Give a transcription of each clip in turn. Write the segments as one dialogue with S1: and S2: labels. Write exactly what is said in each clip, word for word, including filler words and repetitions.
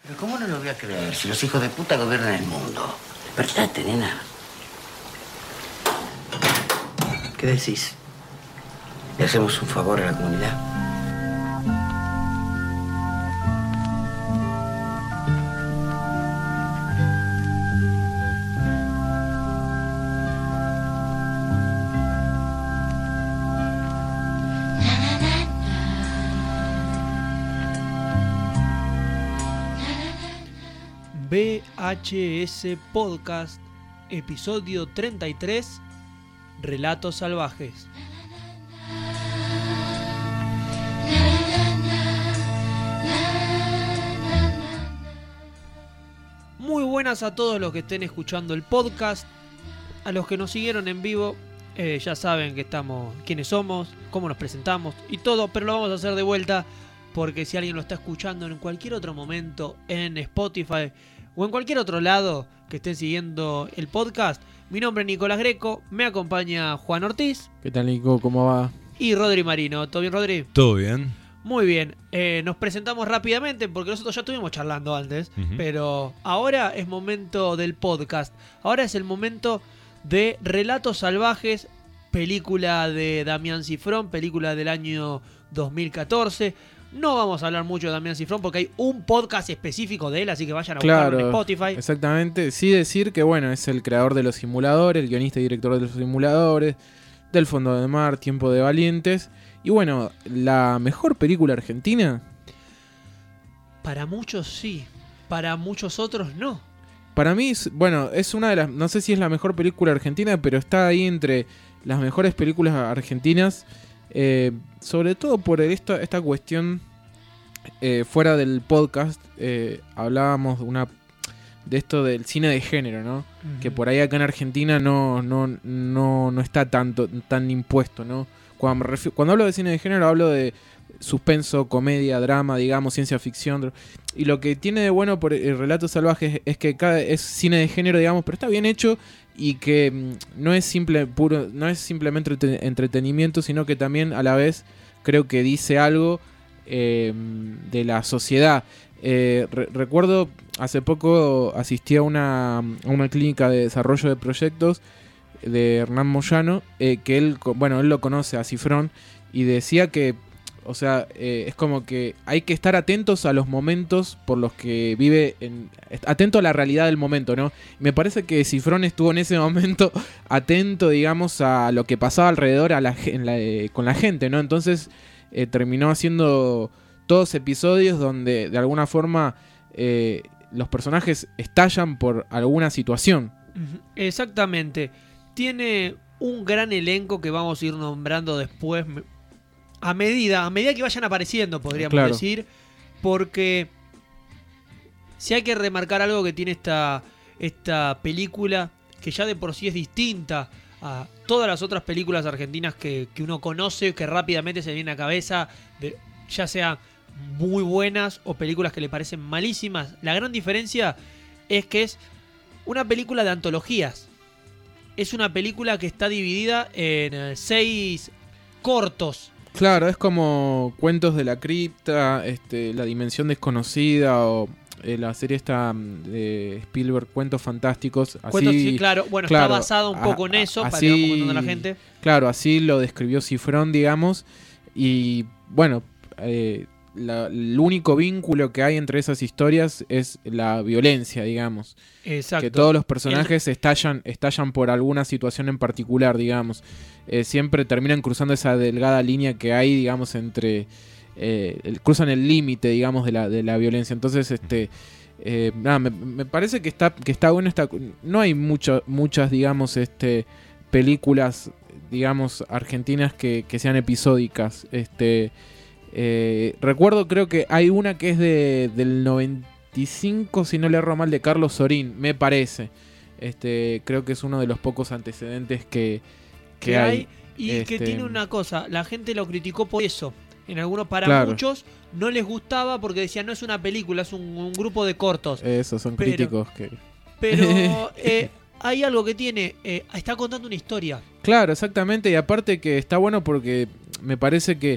S1: Pero ¿cómo no lo voy a creer si los hijos de puta gobiernan el mundo? Despertate, nena. ¿Qué decís? ¿Le hacemos un favor a la comunidad?
S2: V H S Podcast, episodio treinta y tres, Relatos Salvajes. Muy buenas a todos los que estén escuchando el podcast, a los que nos siguieron en vivo, eh, ya saben que estamos, quiénes somos, cómo nos presentamos y todo, pero lo vamos a hacer de vuelta porque si alguien lo está escuchando en cualquier otro momento en Spotify o en cualquier otro lado que estén siguiendo el podcast, mi nombre es Nicolás Greco, me acompaña Juan Ortiz.
S3: ¿Qué tal, Nico? ¿Cómo va?
S2: Y Rodri Marino. ¿Todo bien, Rodri?
S4: Todo bien.
S2: Muy bien. Eh, nos presentamos rápidamente porque nosotros ya estuvimos charlando antes, uh-huh. pero ahora es momento del podcast. Ahora es el momento de Relatos Salvajes, película de Damián Cifrón, película del año dos mil catorce. No vamos a hablar mucho de Damián Cifrón porque hay un podcast específico de él, así que vayan a
S3: claro,
S2: buscarlo en Spotify.
S3: Exactamente. Sí decir que bueno, es el creador de los simuladores, el guionista y director de los simuladores, del Fondo de Mar, Tiempo de Valientes. Y bueno, ¿la mejor película argentina?
S2: Para muchos sí, para muchos otros no.
S3: Para mí, bueno, es una de las... No sé si es la mejor película argentina, pero está ahí entre las mejores películas argentinas. Eh, sobre todo por esta, esta cuestión eh, fuera del podcast eh, hablábamos de, una, de esto del cine de género, ¿no? Uh-huh. Que por ahí acá en Argentina no, no, no, no está tanto, tan impuesto, ¿no? Cuando, me refiero, cuando hablo de cine de género hablo de suspenso, comedia, drama, digamos, ciencia ficción. Y lo que tiene de bueno por el Relatos Salvajes es que cada, es cine de género, digamos, pero está bien hecho y que mm, no es simple, puro, no es simplemente entretenimiento, sino que también a la vez creo que dice algo eh, de la sociedad. Eh, re- recuerdo hace poco asistí a una, a una clínica de desarrollo de proyectos de Hernán Moyano, eh, que él, bueno, él lo conoce a Cifrón y decía que o sea, eh, es como que hay que estar atentos a los momentos por los que vive, en, atento a la realidad del momento, ¿no? Me parece que Cifrón estuvo en ese momento atento, digamos, a lo que pasaba alrededor a la, en la, eh, con la gente, ¿no? Entonces eh, terminó haciendo todos episodios donde de alguna forma eh, los personajes estallan por alguna situación.
S2: Exactamente. Tiene un gran elenco que vamos a ir nombrando después. A medida, a medida que vayan apareciendo, podríamos claro. decir, porque si hay que remarcar algo que tiene esta, esta película, que ya de por sí es distinta a todas las otras películas argentinas que, que uno conoce, que rápidamente se viene a cabeza, de, ya sean muy buenas o películas que le parecen malísimas. La gran diferencia es que es una película de antologías. Es una película que está dividida en seis cortos.
S3: Claro, es como Cuentos de la Cripta, este, La Dimensión Desconocida o eh, la serie esta de Spielberg, Cuentos Fantásticos. Así,
S2: Cuentos, sí, claro, bueno, claro, está basado un poco a, en eso,
S3: así,
S2: para que vamos contando a la gente.
S3: Claro, así lo describió Cifrón, digamos, y bueno, eh, la, el único vínculo que hay entre esas historias es la violencia, digamos.
S2: Exacto.
S3: Que todos los personajes el... estallan, estallan por alguna situación en particular, digamos. Eh, siempre terminan cruzando esa delgada línea que hay, digamos, entre... Eh, el, cruzan el límite, digamos, de la, de la violencia. Entonces, este... Eh, nada, me, me parece que está, que está bueno. Está, no hay mucho, muchas, digamos, este películas, digamos, argentinas que, que sean episódicas. Este... Eh, recuerdo, creo que hay una que es de del noventa y cinco, si no le erro mal, de Carlos Sorín, me parece. Este, creo que es uno de los pocos antecedentes que, que, que hay. hay.
S2: Y
S3: este...
S2: que tiene una cosa, la gente lo criticó por eso. En algunos, para
S3: claro.
S2: muchos, no les gustaba porque decían, no es una película, es un, un grupo de cortos.
S3: Eso, son pero, críticos que...
S2: Pero eh, hay algo que tiene, eh, está contando una historia.
S3: Claro, exactamente, y aparte que está bueno porque me parece que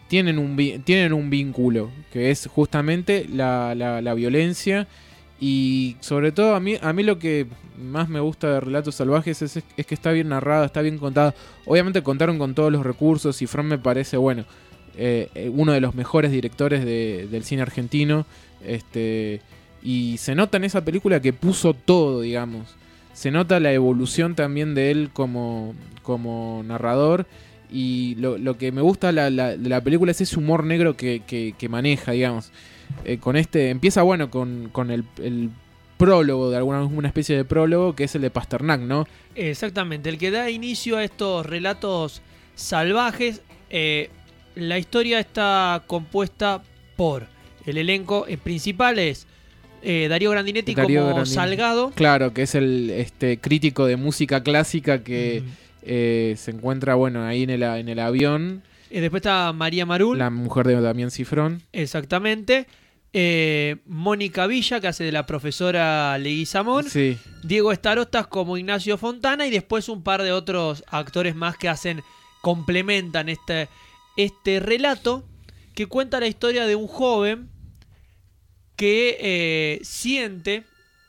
S3: tienen un, tienen un vínculo, que es justamente la, la, la violencia. Y sobre todo a mí, a mí lo que más me gusta de Relatos Salvajes es, es que está bien narrado, está bien contado. Obviamente contaron con todos los recursos y Fran me parece, bueno, eh, uno de los mejores directores de, del cine argentino. Este, y se nota en esa película que puso todo, digamos. Se nota la evolución también de él como, como narrador. Y lo, lo que me gusta la, la, de la película es ese humor negro que, que, que maneja, digamos. Eh, con este, empieza bueno con, con el, el prólogo, de alguna una especie de prólogo, que es el de Pasternak, ¿no?
S2: Exactamente, el que da inicio a estos relatos salvajes. Eh, la historia está compuesta por el elenco eh, principal es eh, Darío Grandinetti Darío como Grandinetti. Salgado.
S3: Claro, que es el este crítico de música clásica que mm. eh, se encuentra bueno ahí en el, en el avión.
S2: Eh, después está María Marul.
S3: La mujer de Damián Cifrón.
S2: Exactamente. Eh, Mónica Villa, que hace de la profesora Leguizamón.
S3: Sí.
S2: Diego Starostas como Ignacio Fontana. Y después un par de otros actores más que hacen, complementan este, este relato, que cuenta la historia de un joven que eh, siente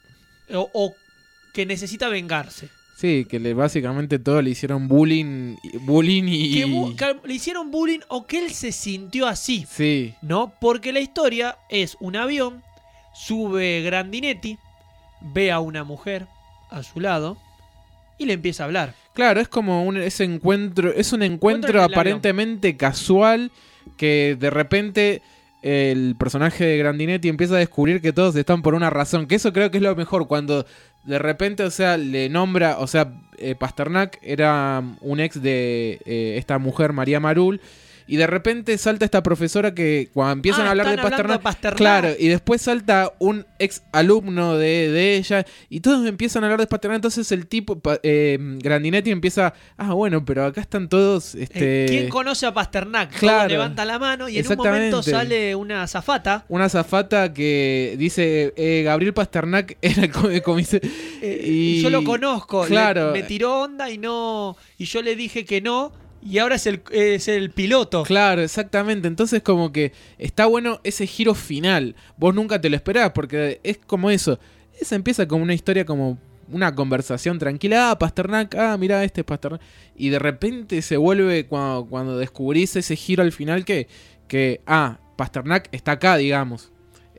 S2: o, o que necesita vengarse.
S3: Sí, que le, básicamente todo le hicieron bullying, bullying y...
S2: Que, bu que le hicieron bullying o que él se sintió así.
S3: Sí.
S2: ¿No? Porque la historia es un avión, sube Grandinetti, ve a una mujer a su lado y le empieza a hablar.
S3: Claro, es como un, ese encuentro, es un encuentro, encuentro aparentemente casual que de repente... el personaje de Grandinetti empieza a descubrir que todos están por una razón, que eso creo que es lo mejor, cuando de repente, o sea, le nombra, o sea, eh, Pasternak era un ex de eh, esta mujer, María Marul, y de repente salta esta profesora que cuando empiezan
S2: ah,
S3: a hablar de Pasternak,
S2: de Pasternak,
S3: claro, y después salta un ex alumno de, de ella, y todos empiezan a hablar de Pasternak, entonces el tipo, eh, Grandinetti empieza, ah, bueno, pero acá están todos... Este...
S2: Eh, ¿Quién conoce a Pasternak?
S3: Claro,
S2: todos levanta la mano y en un momento sale una azafata.
S3: Una azafata que dice, eh, Gabriel Pasternak era el comisario.
S2: Eh, y yo lo conozco,
S3: claro.
S2: Le, me tiró onda y no y yo le dije que no. Y ahora es el, es el piloto.
S3: Claro, exactamente. Entonces como que está bueno ese giro final. Vos nunca te lo esperás porque es como eso. Esa empieza como una historia como una conversación tranquila. Ah, Pasternak, ah, mirá, este es Pasternak. Y de repente se vuelve cuando, cuando descubrís ese giro al final que, que, ah, Pasternak está acá, digamos.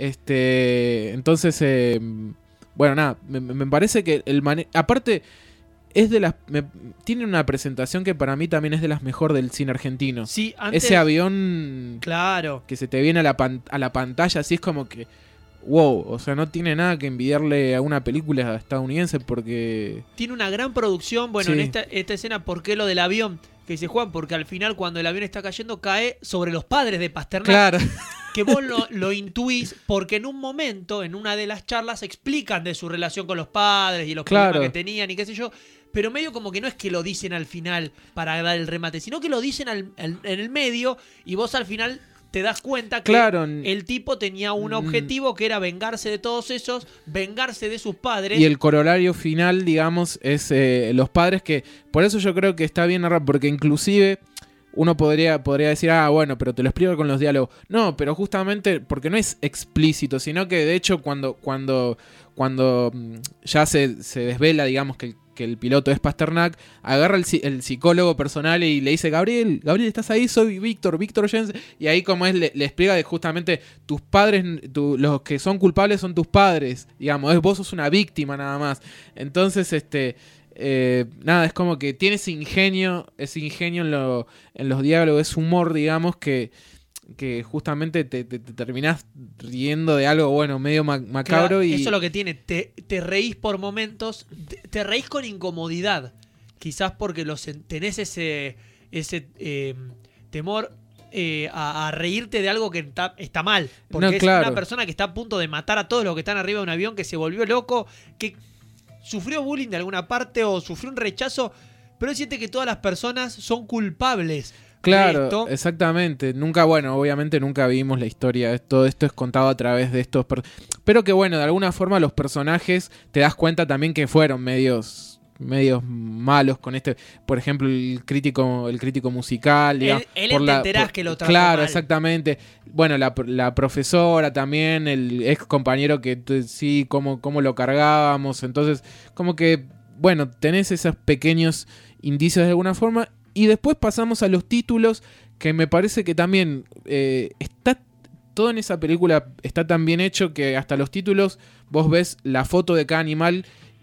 S3: Este, entonces, eh, bueno, nada, me, me parece que el mane- aparte... Es de las me, tiene una presentación que para mí también es de las mejor del cine argentino.
S2: Sí, antes,
S3: ese avión
S2: claro,
S3: que se te viene a la, pan, a la pantalla, así es como que wow, o sea, no tiene nada que envidiarle a una película estadounidense porque
S2: tiene una gran producción. Bueno, sí. en esta, esta escena, ¿por qué lo del avión? Que dice Juan, porque al final cuando el avión está cayendo cae sobre los padres de Pasternak.
S3: Claro.
S2: Que vos lo, lo intuís porque en un momento, en una de las charlas, explican de su relación con los padres y los
S3: claro.
S2: problemas que tenían y qué sé yo. Pero medio como que no es que lo dicen al final para dar el remate, sino que lo dicen al, al, en el medio y vos al final te das cuenta que
S3: claro.
S2: el tipo tenía un objetivo que era vengarse de todos esos, vengarse de sus padres.
S3: Y el corolario final, digamos, es eh, los padres que... Por eso yo creo que está bien narrado, porque inclusive... Uno podría, podría decir, ah, bueno, pero te lo explico con los diálogos. No, pero justamente porque no es explícito, sino que de hecho cuando, cuando, cuando ya se, se desvela, digamos, que el, que el piloto es Pasternak, agarra el, el psicólogo personal y le dice, Gabriel, Gabriel, ¿estás ahí? Soy Víctor, Víctor Jensen. Y ahí como es, le, le explica que justamente tus padres, tu, los que son culpables son tus padres, digamos, es, vos sos una víctima nada más. Entonces, este... Eh, nada, es como que tiene ese ingenio, ese ingenio en, lo, en los diálogos, ese humor, digamos, que, que justamente te, te, te terminás riendo de algo, bueno, medio ma- macabro.
S2: Claro,
S3: y
S2: eso es lo que tiene, te, te reís por momentos, te, te reís con incomodidad, quizás porque los, tenés ese, ese eh, temor eh, a, a reírte de algo que está, está mal, porque
S3: no,
S2: es
S3: claro.
S2: una persona que está a punto de matar a todos los que están arriba de un avión, que se volvió loco, que... sufrió bullying de alguna parte o sufrió un rechazo, pero él siente que todas las personas son culpables.
S3: Claro,
S2: de esto.
S3: Exactamente. Nunca, bueno, obviamente nunca vimos la historia. Todo esto es contado a través de estos... Per- pero que bueno, de alguna forma los personajes te das cuenta también que fueron medios medios malos con este, por ejemplo, el crítico el crítico musical, digamos,
S2: él, él
S3: por la,
S2: entenderás
S3: por,
S2: que lo trató
S3: claro,
S2: mal.
S3: exactamente. Bueno, la, la profesora también, el ex compañero que t- sí, cómo, cómo lo cargábamos, entonces, como que, bueno, tenés esos pequeños indicios de alguna forma, y después pasamos a los títulos, que me parece que también eh, está todo en esa película, está tan bien hecho que hasta los títulos vos ves la foto de cada animal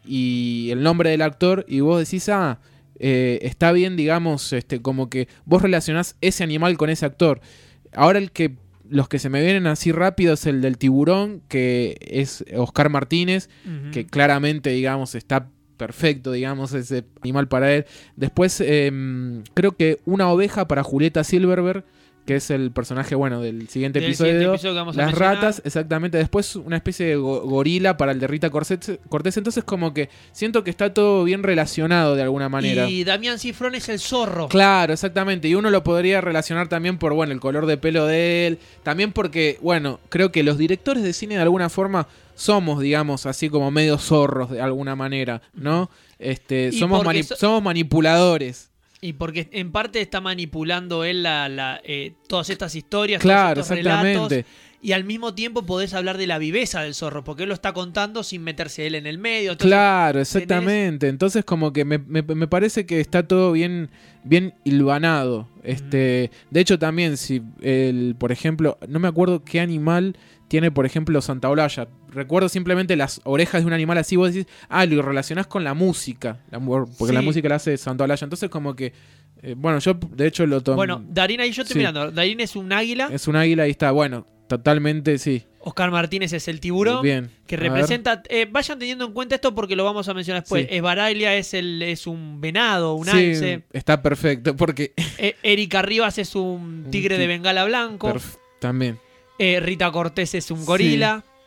S3: y el nombre del actor y vos decís, ah, eh, está bien, digamos, este, como que vos relacionás ese animal con ese actor. Ahora el que los que se me vienen así rápido es el del tiburón, que es Oscar Martínez, uh-huh. que claramente, digamos, está perfecto, digamos, ese animal para él. Después, eh, creo que una oveja para Julieta Silverberg, que es el personaje, bueno, del siguiente del episodio. Siguiente episodio que vamos Las a ratas, exactamente. Después una especie de go- gorila para el de Rita Cortés. Cortés. Entonces como que siento que está todo bien relacionado de alguna manera.
S2: Y Damián Cifrón es el zorro.
S3: Claro, exactamente. Y uno lo podría relacionar también por, bueno, el color de pelo de él. También porque, bueno, creo que los directores de cine de alguna forma somos, digamos, así como medio zorros de alguna manera, ¿no? Este, somos, mani- so- somos manipuladores.
S2: Y porque en parte está manipulando él la, la, eh, todas estas historias,
S3: claro,
S2: todos estos
S3: exactamente.
S2: relatos, y al mismo tiempo podés hablar de la viveza del zorro, porque él lo está contando sin meterse él en el medio. Entonces,
S3: claro, exactamente. Tenés... Entonces como que me, me, me parece que está todo bien, bien hilvanado. Este, mm. De hecho también, si el, por ejemplo, no me acuerdo qué animal tiene, por ejemplo, Santa Olalla. Recuerdo simplemente las orejas de un animal así. Vos decís, ah, lo relacionás con la música. La, porque sí. La música la hace Santa Olalla. Entonces, como que. Eh, bueno, yo de hecho lo tomé.
S2: Bueno, Darín, ahí yo estoy sí. mirando. Darín es un águila.
S3: Es un águila y está, bueno, totalmente, sí.
S2: Oscar Martínez es el tiburón.
S3: Bien.
S2: Que representa. Eh, vayan teniendo en cuenta esto porque lo vamos a mencionar después.
S3: Sí.
S2: Esbaraglia es, el, es un venado, un
S3: sí,
S2: alce.
S3: Está perfecto. Porque.
S2: Eh, Erika Rivas es un tigre un de Bengala blanco.
S3: Perf- también.
S2: Eh, Rita Cortés es un gorila. Sí.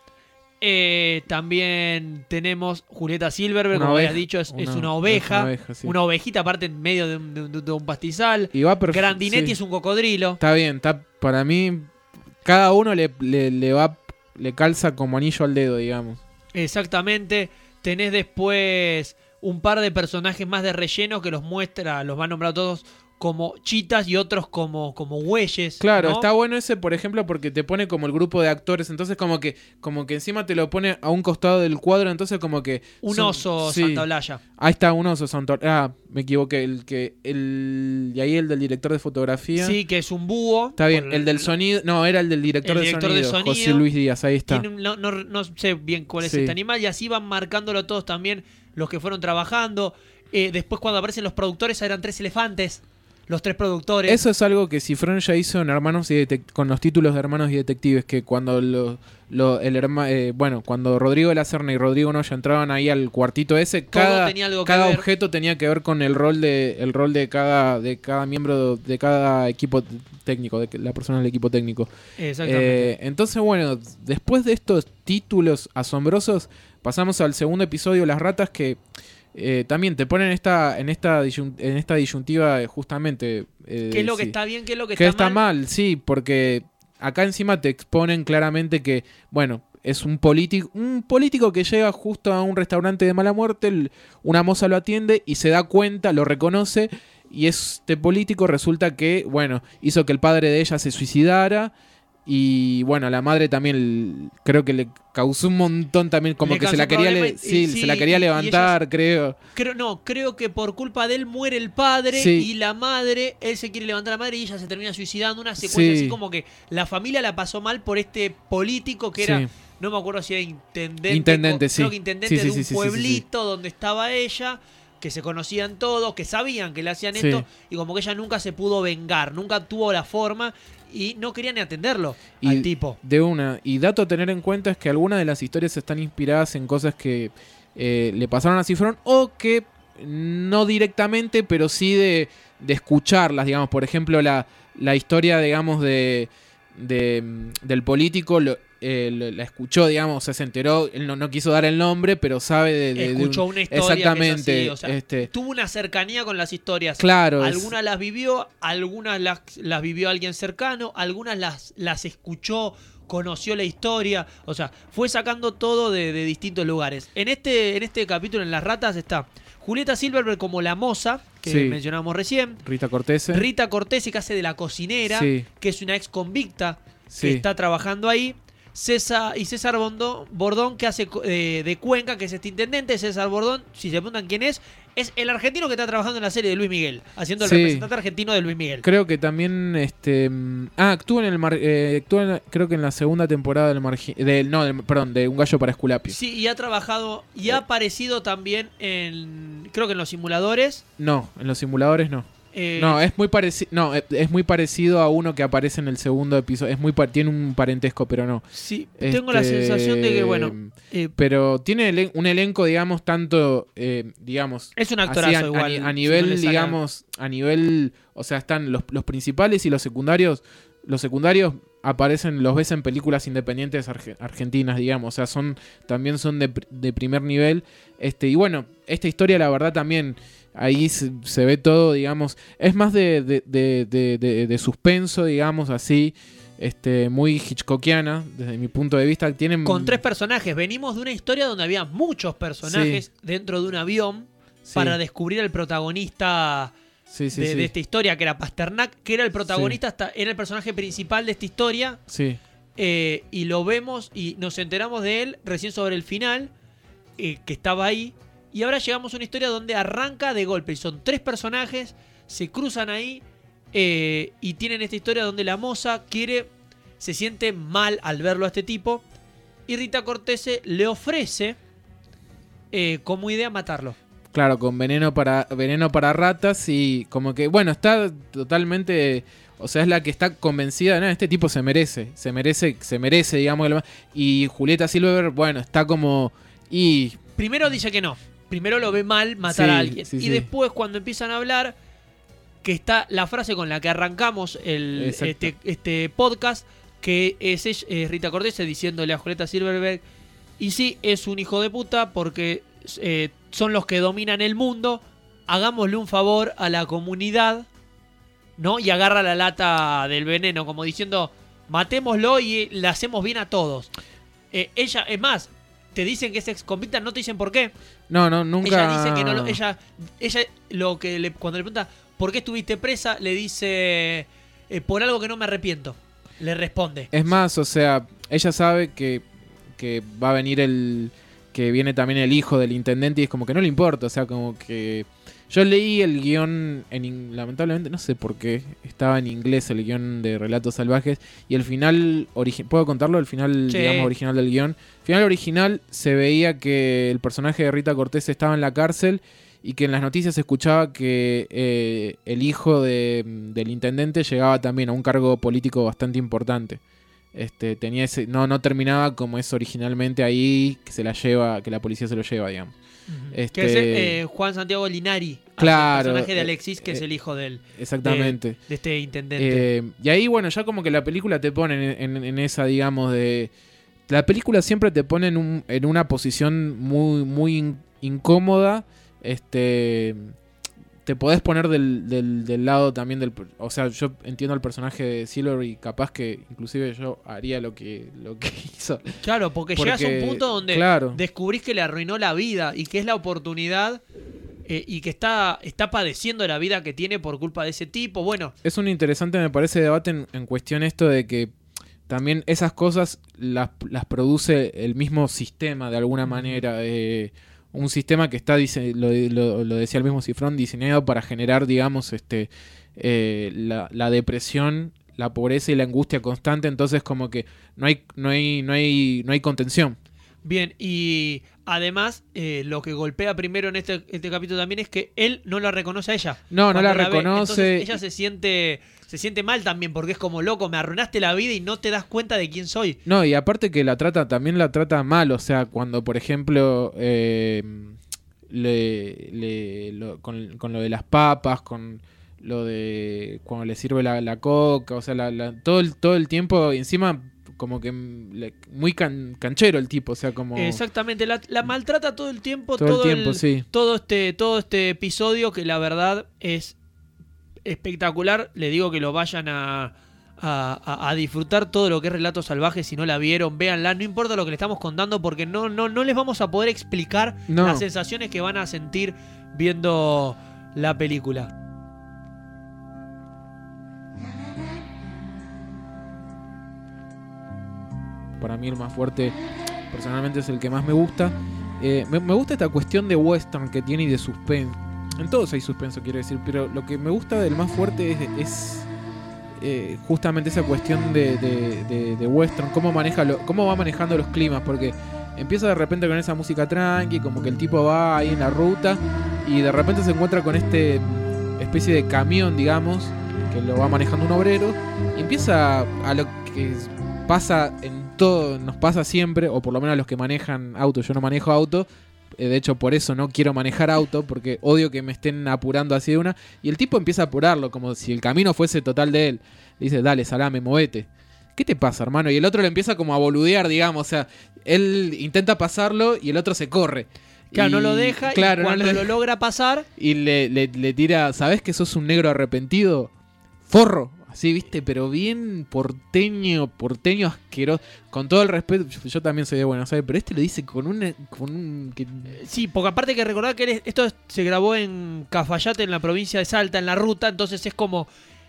S2: Eh, también tenemos Julieta Silverberg, una como habías dicho, es una, es una oveja. Es una, oveja sí. Una ovejita aparte en medio de un, de, de un pastizal.
S3: Y va perf-
S2: Grandinetti
S3: sí.
S2: es un cocodrilo.
S3: Está bien, está, para mí, cada uno le, le, le va le calza como anillo al dedo, digamos.
S2: Exactamente. Tenés después un par de personajes más de relleno que los muestra, los va a nombrar todos como chitas y otros como, como güeyes.
S3: Claro,
S2: ¿no?
S3: Está bueno ese, por ejemplo, porque te pone como el grupo de actores, entonces como que como que encima te lo pone a un costado del cuadro, entonces como que...
S2: Un
S3: son,
S2: oso
S3: sí.
S2: Santa Olalla.
S3: Ahí está, un oso Santa Olalla. Ah, me equivoqué, el que... el y ahí el del director de fotografía.
S2: Sí, que es un búho.
S3: Está bien, el del sonido... No, era el del director,
S2: el
S3: de,
S2: director
S3: sonido,
S2: de sonido.
S3: José Luis Díaz, ahí está.
S2: Tiene, no, no, no sé bien cuál es
S3: sí.
S2: este animal y así van marcándolo todos también los que fueron trabajando. Eh, después cuando aparecen los productores eran tres elefantes. Los tres productores.
S3: Eso es algo que Cifrón ya hizo en Hermanos y Detect- con los títulos de Hermanos y Detectives, que cuando lo, lo el herma, eh, bueno, cuando Rodrigo de la Serna y Rodrigo Noya entraban ahí al cuartito ese,
S2: todo
S3: cada,
S2: tenía algo que
S3: cada
S2: ver.
S3: objeto tenía que ver con el rol de el rol de cada de cada miembro de cada equipo técnico, de la persona del equipo técnico.
S2: Exactamente.
S3: Eh, entonces, bueno, después de estos títulos asombrosos, pasamos al segundo episodio, Las Ratas, que Eh, también te ponen esta, en esta en esta disyuntiva justamente eh,
S2: ¿qué es lo que
S3: sí.
S2: está bien, qué es lo que
S3: ¿Qué
S2: está,
S3: está mal? mal? Sí, porque acá encima te exponen claramente que, bueno, es un político un político que llega justo a un restaurante de mala muerte, el, una moza lo atiende y se da cuenta, lo reconoce, y este político resulta que, bueno, hizo que el padre de ella se suicidara. Y bueno, a la madre también creo que le causó un montón también, como
S2: le
S3: que se la quería le, sí, sí, se la quería levantar, ella, creo.
S2: creo. No, creo que por culpa de él muere el padre
S3: sí.
S2: y la madre, él se quiere levantar a la madre y ella se termina suicidando, una secuencia sí. así como que la familia la pasó mal por este político que era, sí. no me acuerdo si era intendente,
S3: intendente
S2: creo
S3: sí.
S2: que intendente
S3: sí, sí,
S2: de un
S3: sí, sí,
S2: pueblito
S3: sí, sí.
S2: donde estaba ella, que se conocían todos, que sabían que le hacían sí. esto, y como que ella nunca se pudo vengar, nunca tuvo la forma. Y no querían ni atenderlo
S3: y
S2: al tipo.
S3: De una. Y dato a tener en cuenta es que algunas de las historias están inspiradas en cosas que eh, le pasaron a Cifrón o que no directamente, pero sí de, de escucharlas, digamos. Por ejemplo, la, la historia, digamos, de, de del político lo, eh, lo, la escuchó, digamos, se enteró, él no, no quiso dar el nombre, pero sabe de... de
S2: escuchó
S3: de un,
S2: una historia
S3: exactamente,
S2: que es así, o sea,
S3: este,
S2: tuvo una cercanía con las historias.
S3: Claro.
S2: Algunas
S3: es,
S2: las vivió, algunas las, las vivió alguien cercano, algunas las, las escuchó conoció la historia, o sea, fue sacando todo de, de distintos lugares. En este, en este capítulo, en Las Ratas, está Julieta Silverberg como la moza, que sí. mencionábamos recién.
S3: Rita Cortese.
S2: Rita Cortese, que hace de la cocinera,
S3: sí.
S2: que es una ex convicta
S3: sí.
S2: que está trabajando ahí. César, y César Bordón, Bordón que hace eh, de Cuenca, que es este intendente. César Bordón, si se preguntan quién es, es el argentino que está trabajando en la serie de Luis Miguel, haciendo el sí. representante argentino de Luis Miguel.
S3: Creo que también este ah actúa en el mar, eh, actúa en la, creo que en la segunda temporada del margi, del no, del, perdón, de Un gallo para Esculapio.
S2: Sí, y ha trabajado y ha aparecido también en, creo que en los simuladores.
S3: No, en los simuladores no.
S2: Eh,
S3: no, es muy parecido. No, es muy parecido a uno que aparece en el segundo episodio. Es muy tiene un parentesco, pero no.
S2: Sí, este, tengo la sensación de que, bueno.
S3: Eh, pero tiene un elenco, digamos, tanto. Eh, digamos.
S2: Es un actorazo
S3: a,
S2: igual.
S3: A, a nivel, si no digamos. A nivel. O sea, están los, los principales y los secundarios. Los secundarios aparecen, los ves en películas independientes arge, argentinas, digamos. O sea, son también son de, de primer nivel. Este, y bueno, esta historia, la verdad, también. Ahí se, se ve todo, digamos, es más de, de, de, de, de, de suspenso, digamos, así, este, muy hitchcockiana, desde mi punto de vista. Tienen...
S2: Con tres personajes, venimos de una historia donde había muchos personajes sí. dentro de un avión sí. para descubrir al protagonista
S3: sí, sí,
S2: de,
S3: sí.
S2: de esta historia, que era Pasternak, que era el protagonista, sí. hasta era el personaje principal de esta historia,
S3: sí.
S2: eh, y lo vemos y nos enteramos de él recién sobre el final, eh, que estaba ahí. Y ahora llegamos a una historia donde arranca de golpe. Y son tres personajes, se cruzan ahí eh, y tienen esta historia donde la moza quiere, se siente mal al verlo a este tipo. Y Rita Cortese le ofrece eh, como idea matarlo.
S3: Claro, con veneno para, veneno para ratas y como que, bueno, está totalmente... O sea, es la que está convencida de, no, este tipo se merece, se merece, se merece, digamos. Y Julieta Silverberg, bueno, está como... y
S2: primero dice que no. Primero lo ve mal matar
S3: sí,
S2: a alguien.
S3: Sí,
S2: y
S3: sí.
S2: después, cuando empiezan a hablar, que está la frase con la que arrancamos el, este, este podcast, que es, es Rita Cortese diciéndole a Julieta Silverberg, y sí, es un hijo de puta porque eh, son los que dominan el mundo, hagámosle un favor a la comunidad, ¿no? Y agarra la lata del veneno, como diciendo, matémoslo y le hacemos bien a todos. Eh, ella, es más... Te dicen que es ex convicta, no te dicen por qué.
S3: No, no, nunca.
S2: Ella dice que no lo, ella, ella lo que le, cuando le pregunta ¿por qué estuviste presa? Le dice eh, por algo que no me arrepiento. Le responde.
S3: Es más, o sea, ella sabe que, que va a venir el, que viene también el hijo del intendente y es como que no le importa, o sea, como que yo leí el guión, en lamentablemente, no sé por qué, estaba en inglés el guión de Relatos Salvajes y el final, ¿puedo contarlo? El final, sí. digamos, original del guión. El final original se veía que el personaje de Rita Cortese estaba en la cárcel y que en las noticias se escuchaba que eh, el hijo de, del intendente llegaba también a un cargo político bastante importante. Este, tenía ese, no, no terminaba como es originalmente ahí, que se la lleva, que la policía se lo lleva, digamos.
S2: Uh-huh.
S3: Este,
S2: que es eh, Juan Santiago Linari,
S3: claro,
S2: el personaje de Alexis, que
S3: eh,
S2: es el hijo del,
S3: exactamente.
S2: De, de este intendente.
S3: Eh, y ahí, bueno, ya como que la película te pone en, en, en esa, digamos, de... La película siempre te pone en, un, en una posición muy, muy incómoda. Este... Te podés poner del, del, del lado también del... O sea, yo entiendo al personaje de Silver y capaz que inclusive yo haría lo que, lo que hizo.
S2: Claro, porque, porque llegas a un punto donde claro. descubrís que le arruinó la vida y que es la oportunidad eh, y que está, está padeciendo la vida que tiene por culpa de ese tipo. Bueno.
S3: Es un interesante, me parece, debate en, en cuestión esto de que también esas cosas las, las produce el mismo sistema de alguna manera. Eh, un sistema que está, dice, lo, lo, lo decía el mismo Cifrón, diseñado para generar, digamos, este eh, la, la depresión, la pobreza y la angustia constante. Entonces como que no hay, no hay, no hay, no hay contención.
S2: Bien, y además eh, lo que golpea primero en este, este capítulo también es que él no la reconoce a ella.
S3: No, no la, la
S2: reconoce.
S3: Entonces
S2: ella se siente... Se siente mal también porque es como, loco, me arruinaste la vida y no te das cuenta de quién soy.
S3: No, y aparte que la trata, también la trata mal. O sea, cuando, por ejemplo, eh, le, le, lo, con, con lo de las papas, con lo de cuando le sirve la, la coca, o sea, la, la, todo, el, todo el tiempo, y encima como que le, muy can, canchero el tipo, o sea, como...
S2: Exactamente, la, la maltrata todo el tiempo,
S3: todo,
S2: todo
S3: el tiempo,
S2: el,
S3: sí.
S2: todo, este, todo este episodio que la verdad es... espectacular, le digo que lo vayan a, a, a, a disfrutar todo lo que es Relatos Salvajes. Si no la vieron, véanla, no importa lo que le estamos contando, porque no, no, no les vamos a poder explicar no. las sensaciones que van a sentir viendo la película.
S3: Para mí el más fuerte personalmente es el que más me gusta. Eh, me, me gusta esta cuestión de western que tiene y de suspenso. En todos hay suspenso, quiero decir, pero lo que me gusta del más fuerte es, es eh, justamente esa cuestión de, de, de, de western, cómo maneja lo, cómo va manejando los climas, porque empieza de repente con esa música tranqui, como que el tipo va ahí en la ruta y de repente se encuentra con este especie de camión, digamos, que lo va manejando un obrero, y empieza a lo que pasa en todo, nos pasa siempre, o por lo menos a los que manejan auto. Yo no manejo auto, de hecho por eso no quiero manejar auto, porque odio que me estén apurando así de una, y el tipo empieza a apurarlo como si el camino fuese total de él. Le dice, dale, salame, movete. ¿Qué te pasa, hermano? Y el otro le empieza como a boludear, digamos, o sea, él intenta pasarlo y el otro se corre.
S2: Claro,
S3: y,
S2: no lo deja, claro, y cuando no le... lo logra pasar...
S3: Y le, le, le tira, ¿sabés que sos un negro arrepentido? Forro. Así, viste, pero bien porteño, porteño asqueroso. Con todo el respeto, yo, yo también soy de Buenos Aires, pero este lo dice con un... Con un que...
S2: Sí, porque aparte que recordar que él, esto se grabó en Cafayate, en la provincia de Salta, en la ruta, entonces es como...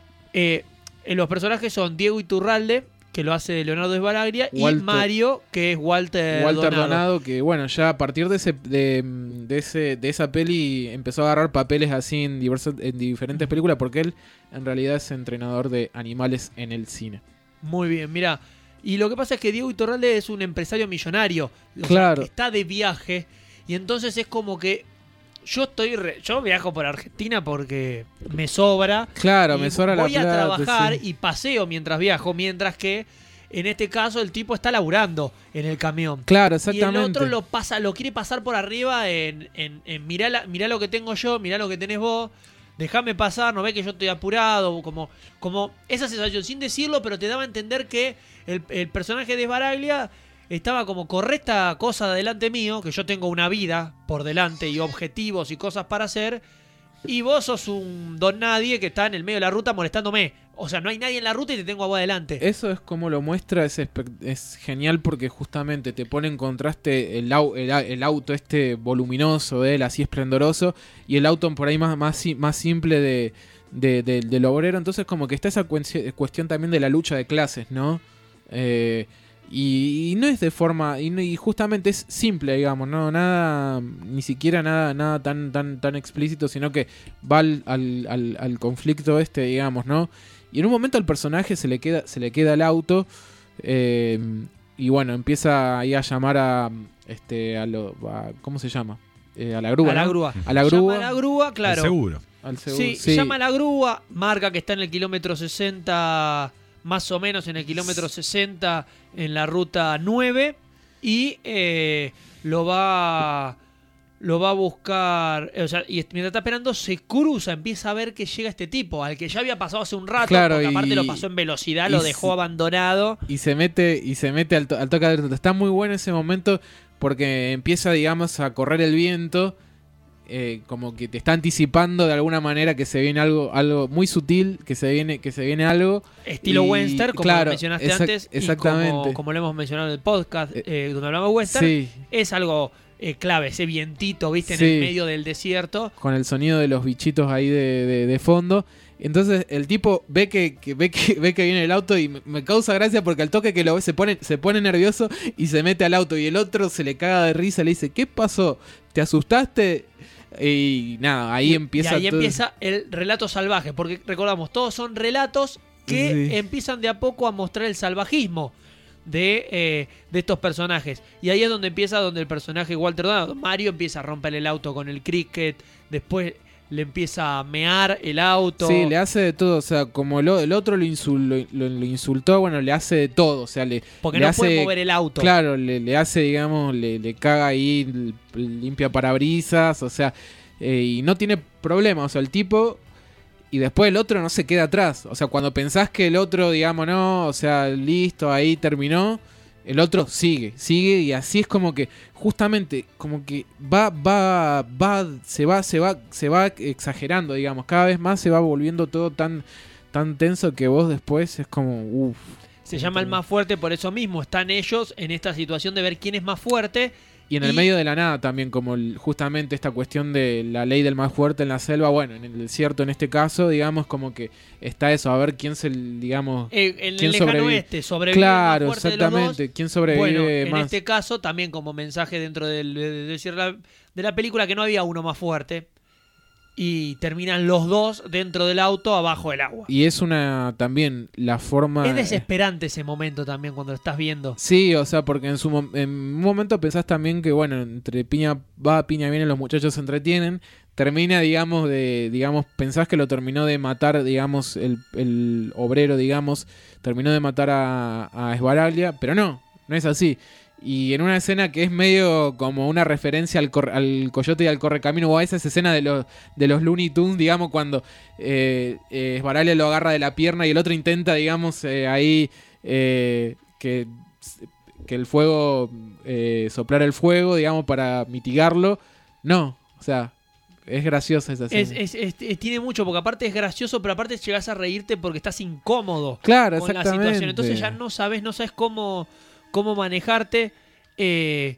S2: Eh, los personajes son Diego Iturralde, que lo hace Leonardo Sbaraglia, Walter, y Mario, que es Walter,
S3: Walter
S2: Donado.
S3: Donado, que bueno, ya a partir de ese de, de ese de esa peli empezó a agarrar papeles así en, diversos, en diferentes películas, porque él en realidad es entrenador de animales en el cine.
S2: Muy bien, mira. Y lo que pasa es que Diego Iturralde es un empresario millonario. O
S3: claro.
S2: sea, está de viaje, y entonces es como que yo estoy re, yo viajo por Argentina porque me sobra.
S3: Claro, me sobra la
S2: plata. Voy a trabajar
S3: sí.
S2: y paseo mientras viajo, mientras que en este caso el tipo está laburando en el camión.
S3: Claro, exactamente.
S2: Y el otro lo pasa, lo quiere pasar por arriba en, en, en mirá, la, mirá lo que tengo yo, mirá lo que tenés vos, déjame pasar, no ves que yo estoy apurado, como, como esa sensación, sin decirlo, pero te daba a entender que el, el personaje de Sbaraglia estaba como, corre esta cosa delante mío, que yo tengo una vida por delante y objetivos y cosas para hacer, y vos sos un don nadie que está en el medio de la ruta molestándome. O sea, no hay nadie en la ruta y te tengo a vos adelante.
S3: Eso es como lo muestra, es, es genial porque justamente te pone en contraste el, au, el, el auto este voluminoso de él, así esplendoroso, y el auto por ahí más, más, más simple de, de, de, del obrero. Entonces como que está esa cuestión también de la lucha de clases, ¿no? Eh... Y, y no es de forma, y, y justamente es simple, digamos, no nada, ni siquiera nada, nada tan, tan, tan explícito, sino que va al, al, al, al conflicto este, digamos, ¿no? Y en un momento al personaje se le queda, se le queda el auto, eh, y bueno, empieza ahí a llamar a, este, a lo, a, ¿cómo se llama? Eh, a la grúa.
S2: A la
S3: ¿no?
S2: grúa.
S3: A la grúa.
S2: Llama a la grúa, claro.
S4: Al seguro.
S3: Al seguro.
S2: Sí,
S3: sí,
S2: llama a la grúa, marca que está en el kilómetro sesenta. Más o menos en el kilómetro sesenta en la ruta nueve, y eh, lo va lo va a buscar, o sea, y mientras está esperando se cruza, empieza a ver que llega este tipo al que ya había pasado hace un rato,
S3: claro,
S2: porque
S3: y,
S2: aparte lo pasó en velocidad, lo dejó
S3: se,
S2: abandonado
S3: y se mete y se mete al, to, al toque de... Está muy bueno ese momento porque empieza, digamos, a correr el viento. Eh, como que te está anticipando de alguna manera que se viene algo algo muy sutil, que se viene que se viene algo
S2: estilo
S3: y,
S2: western, como
S3: claro,
S2: lo mencionaste
S3: exact,
S2: antes,
S3: exactamente.
S2: y como, como lo hemos mencionado en el podcast eh, donde hablamos de western,
S3: sí.
S2: es algo eh, clave, ese vientito, viste,
S3: sí.
S2: en el medio del desierto,
S3: con el sonido de los bichitos ahí de, de, de fondo. Entonces el tipo ve que, que ve que ve que viene el auto y me, me causa gracia porque al toque que lo ve se pone se pone nervioso y se mete al auto, y el otro se le caga de risa, le dice, ¿qué pasó? ¿Te asustaste? Y nada, ahí
S2: y,
S3: empieza
S2: y ahí
S3: todo...
S2: empieza el relato salvaje, porque recordamos, todos son relatos que sí. empiezan de a poco a mostrar el salvajismo de, eh, de estos personajes. Y ahí es donde empieza, donde el personaje Walter Donado, Mario, empieza a romper el auto con el cricket, después le empieza a mear el auto.
S3: Sí, le hace de todo, o sea, como el, el otro lo, insul, lo, lo, lo insultó, bueno, le hace de todo, o sea, le
S2: Porque
S3: le
S2: no
S3: hace,
S2: puede mover el auto.
S3: Claro, le, le hace, digamos, le, le caga ahí, limpia parabrisas, o sea, eh, y no tiene problema, o sea, el tipo, y después el otro no se queda atrás, o sea, cuando pensás que el otro, digamos, no, o sea, listo, ahí terminó, el otro sigue, sigue, y así es como que justamente como que va va va se va se va se va exagerando, digamos, cada vez más se va volviendo todo tan tan tenso que vos después es como, uff.
S2: Se llama el más fuerte por eso mismo. Están ellos en esta situación de ver quién es más fuerte.
S3: Y en el y... medio de la nada también, como el, justamente esta cuestión de la ley del más fuerte en la selva. Bueno, en el desierto en este caso, digamos, como que está eso, a ver quién se, digamos...
S2: Eh, en
S3: quién
S2: el lejano
S3: sobrevive.
S2: oeste sobrevive
S3: claro,
S2: el más fuerte
S3: exactamente.
S2: de los dos.
S3: ¿Quién sobrevive
S2: bueno, en
S3: más?
S2: este caso, también como mensaje dentro del, del, del cierre de la película, que no había uno más fuerte. Y terminan los dos dentro del auto abajo del agua.
S3: Y es una también la forma...
S2: Es desesperante ese momento también cuando lo estás viendo.
S3: Sí, o sea, porque en, su, en un momento pensás también que, bueno, entre piña va, piña viene, los muchachos se entretienen. Termina, digamos, de digamos pensás que lo terminó de matar, digamos, el, el obrero, digamos, terminó de matar a, a Esbaraglia, pero no, no es así. Y en una escena que es medio como una referencia al, cor- al Coyote y al Correcamino, o a esa escena de los, de los Looney Tunes, digamos, cuando eh, eh, Esbaraglia lo agarra de la pierna y el otro intenta, digamos, eh, ahí eh, que, que el fuego, eh, soplar el fuego, digamos, para mitigarlo. No, o sea, es graciosa esa escena.
S2: Es, es, es, es, tiene mucho, porque aparte es gracioso, pero aparte llegás a reírte porque estás incómodo
S3: claro,
S2: con la situación. Entonces ya no sabes, no sabes cómo... cómo manejarte, eh,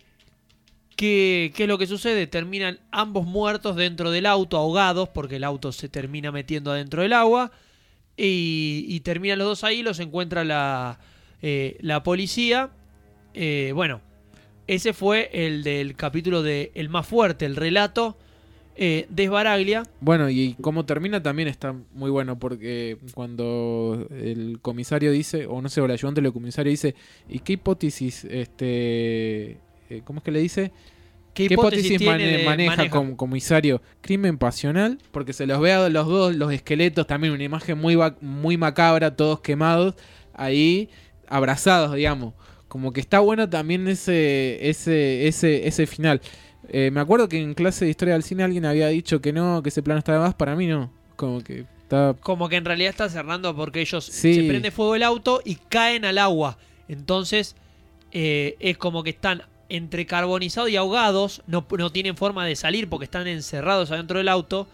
S2: ¿qué, qué es lo que sucede? Terminan ambos muertos dentro del auto, ahogados, porque el auto se termina metiendo adentro del agua, y, y terminan los dos ahí, los encuentra la, eh, la policía. Eh, bueno, ese fue el del capítulo de El más fuerte, el relato eh, de Esbaraglia.
S3: Bueno, y cómo termina también está muy bueno, porque cuando el comisario dice, o no sé, o el ayudante del comisario dice, ¿y qué hipótesis, este, eh, cómo es que le dice?
S2: ¿Qué,
S3: ¿Qué
S2: hipótesis,
S3: hipótesis
S2: tiene
S3: mane-
S2: de,
S3: maneja,
S2: maneja
S3: como comisario? ¿Crimen pasional? Porque se los ve a los dos, los esqueletos, también una imagen muy, va- muy macabra, todos quemados, ahí abrazados, digamos. Como que está bueno también ese, ese, ese, ese final. Eh, me acuerdo que en clase de historia del cine alguien había dicho que no, que ese plano estaba de más. Para mí no. Como que está...
S2: Como que en realidad está cerrando porque ellos
S3: sí.
S2: se prende fuego el auto y caen al agua. Entonces eh, es como que están entre carbonizados y ahogados. No, no tienen forma de salir porque están encerrados adentro del auto.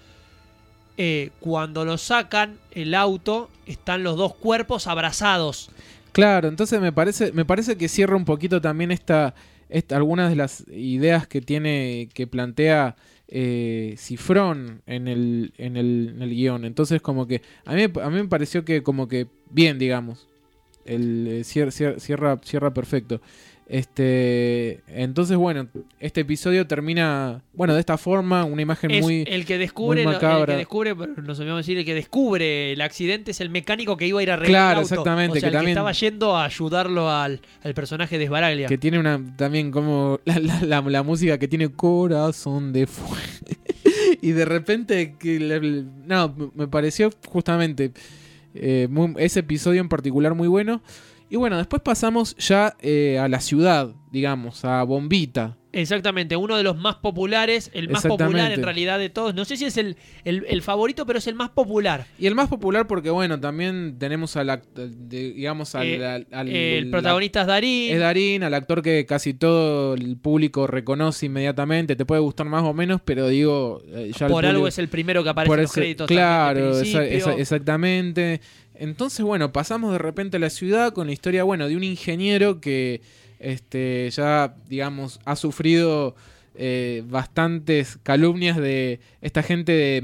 S2: Eh, cuando lo sacan el auto, están los dos cuerpos abrazados.
S3: Claro, entonces me parece, me parece que cierra un poquito también esta... Esta, algunas de las ideas que tiene, que plantea eh, Cifrón en el, en, el, en el guión. Entonces como que a mí, a mí me pareció que como que bien, digamos, el eh, cierra, cierra, cierra perfecto. Este, entonces bueno, este episodio termina, bueno, de esta forma, una imagen
S2: es
S3: muy
S2: el que descubre,
S3: muy macabra.
S2: El que descubre, nos olvidamos decir, el que descubre el accidente es el mecánico que iba a ir a arreglar
S3: claro,
S2: el auto.
S3: exactamente,
S2: o sea,
S3: que
S2: el
S3: también,
S2: que estaba yendo a ayudarlo al, al personaje de Esbaraglia.
S3: Que tiene una, también como la, la, la, la música que tiene corazón de fuego. Y de repente, que le, no, me pareció justamente eh, muy, ese episodio en particular muy bueno. Y bueno, después pasamos ya eh, a la ciudad, digamos, a Bombita.
S2: Exactamente, uno de los más populares, el más popular en realidad de todos. No sé si es el, el, el favorito, pero es el más popular.
S3: Y el más popular porque, bueno, también tenemos al actor, digamos, al...
S2: Eh,
S3: al, al
S2: el protagonista
S3: la,
S2: es Darín.
S3: Es Darín, al actor que casi todo el público reconoce inmediatamente. Te puede gustar más o menos, pero digo...
S2: Ya por algo es el primero que aparece en los
S3: ese,
S2: créditos.
S3: Claro, esa, esa, exactamente. Entonces, bueno, pasamos de repente a la ciudad con la historia, bueno, de un ingeniero que este, ya, digamos, ha sufrido eh, bastantes calumnias de esta gente de...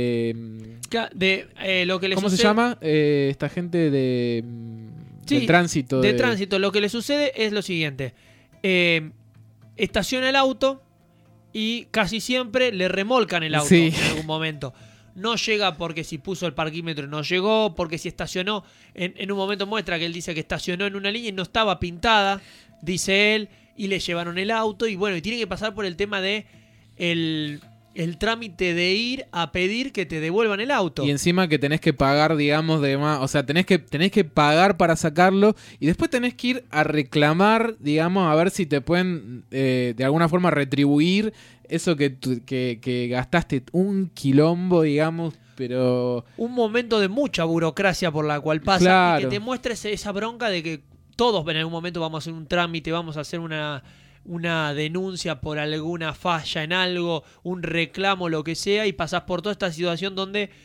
S3: de,
S2: de eh, lo que le
S3: ¿Cómo
S2: sucede?
S3: se llama? Eh, esta gente de...
S2: Sí,
S3: de tránsito.
S2: De,
S3: de
S2: tránsito. Lo que le sucede es lo siguiente. Eh, estaciona el auto y casi siempre le remolcan el auto
S3: sí.
S2: en algún momento. No llega porque si puso el parquímetro no llegó, porque si estacionó, en, en un momento muestra que él dice que estacionó en una línea y no estaba pintada, dice él, y le llevaron el auto, y bueno, y tiene que pasar por el tema de el, el trámite de ir a pedir que te devuelvan el auto.
S3: Y encima que tenés que pagar, digamos, de más, o sea, tenés que, tenés que pagar para sacarlo, y después tenés que ir a reclamar, digamos, a ver si te pueden eh, de alguna forma retribuir eso que, que, que gastaste un quilombo, digamos, pero...
S2: Un momento de mucha burocracia por la cual pasa, claro. Y que te muestra ese, esa bronca de que todos en algún momento vamos a hacer un trámite, vamos a hacer una, una denuncia por alguna falla en algo, un reclamo, lo que sea, y pasás por toda esta situación donde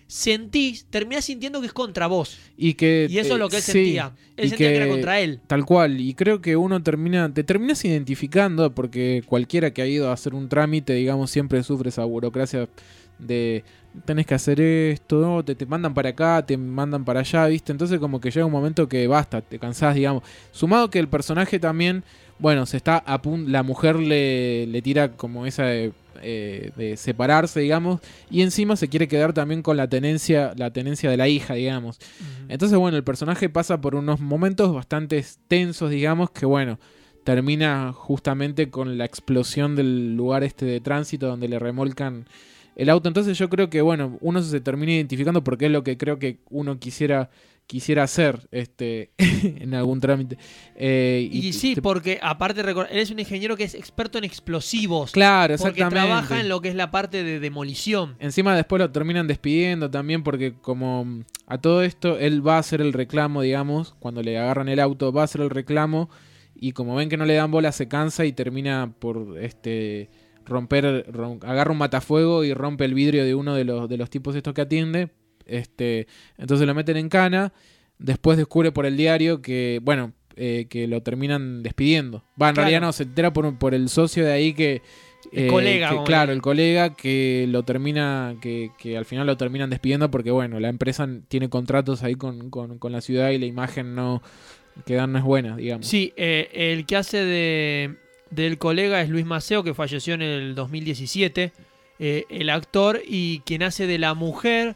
S2: sentís, terminás sintiendo que es contra vos.
S3: Y, que,
S2: y eso
S3: eh,
S2: es lo que él
S3: sí,
S2: sentía. Él sentía que, que era contra él.
S3: Tal cual. Y creo que uno termina, te terminas identificando, porque cualquiera que ha ido a hacer un trámite, digamos, siempre sufre esa burocracia de tenés que hacer esto, ¿no? te, te mandan para acá, te mandan para allá, ¿viste? Entonces como que llega un momento que basta, te cansás, digamos. Sumado que el personaje también, bueno, se está a punto, la mujer le, le tira como esa de, eh, de separarse, digamos, y encima se quiere quedar también con la tenencia, la tenencia de la hija, digamos. Uh-huh. Entonces, bueno, el personaje pasa por unos momentos bastante tensos, digamos, que bueno, termina justamente con la explosión del lugar este de tránsito donde le remolcan el auto. Entonces yo creo que, bueno, uno se termina identificando porque es lo que creo que uno quisiera quisiera hacer este en algún trámite. Eh,
S2: y, y sí, te... porque aparte él es un ingeniero que es experto en explosivos.
S3: Claro, exactamente.
S2: Porque trabaja en lo que es la parte de demolición.
S3: Encima después lo terminan despidiendo también porque como a todo esto él va a hacer el reclamo, digamos, cuando le agarran el auto va a hacer el reclamo y como ven que no le dan bola se cansa y termina por este... romper, rom, agarra un matafuego y rompe el vidrio de uno de los, de los tipos estos que atiende, este, entonces lo meten en cana, después descubre por el diario que, bueno, eh, que lo terminan despidiendo, va, en claro. realidad no, se entera por, por el socio de ahí que,
S2: el
S3: eh,
S2: colega,
S3: que, claro, el colega que lo termina, que, que al final lo terminan despidiendo porque, bueno, la empresa tiene contratos ahí con, con, con la ciudad y la imagen no, que dan no es buena, digamos.
S2: Sí, eh, el que hace de... del colega es Luis Maceo, que falleció en el dos mil diecisiete, eh, el actor, y quien hace de la mujer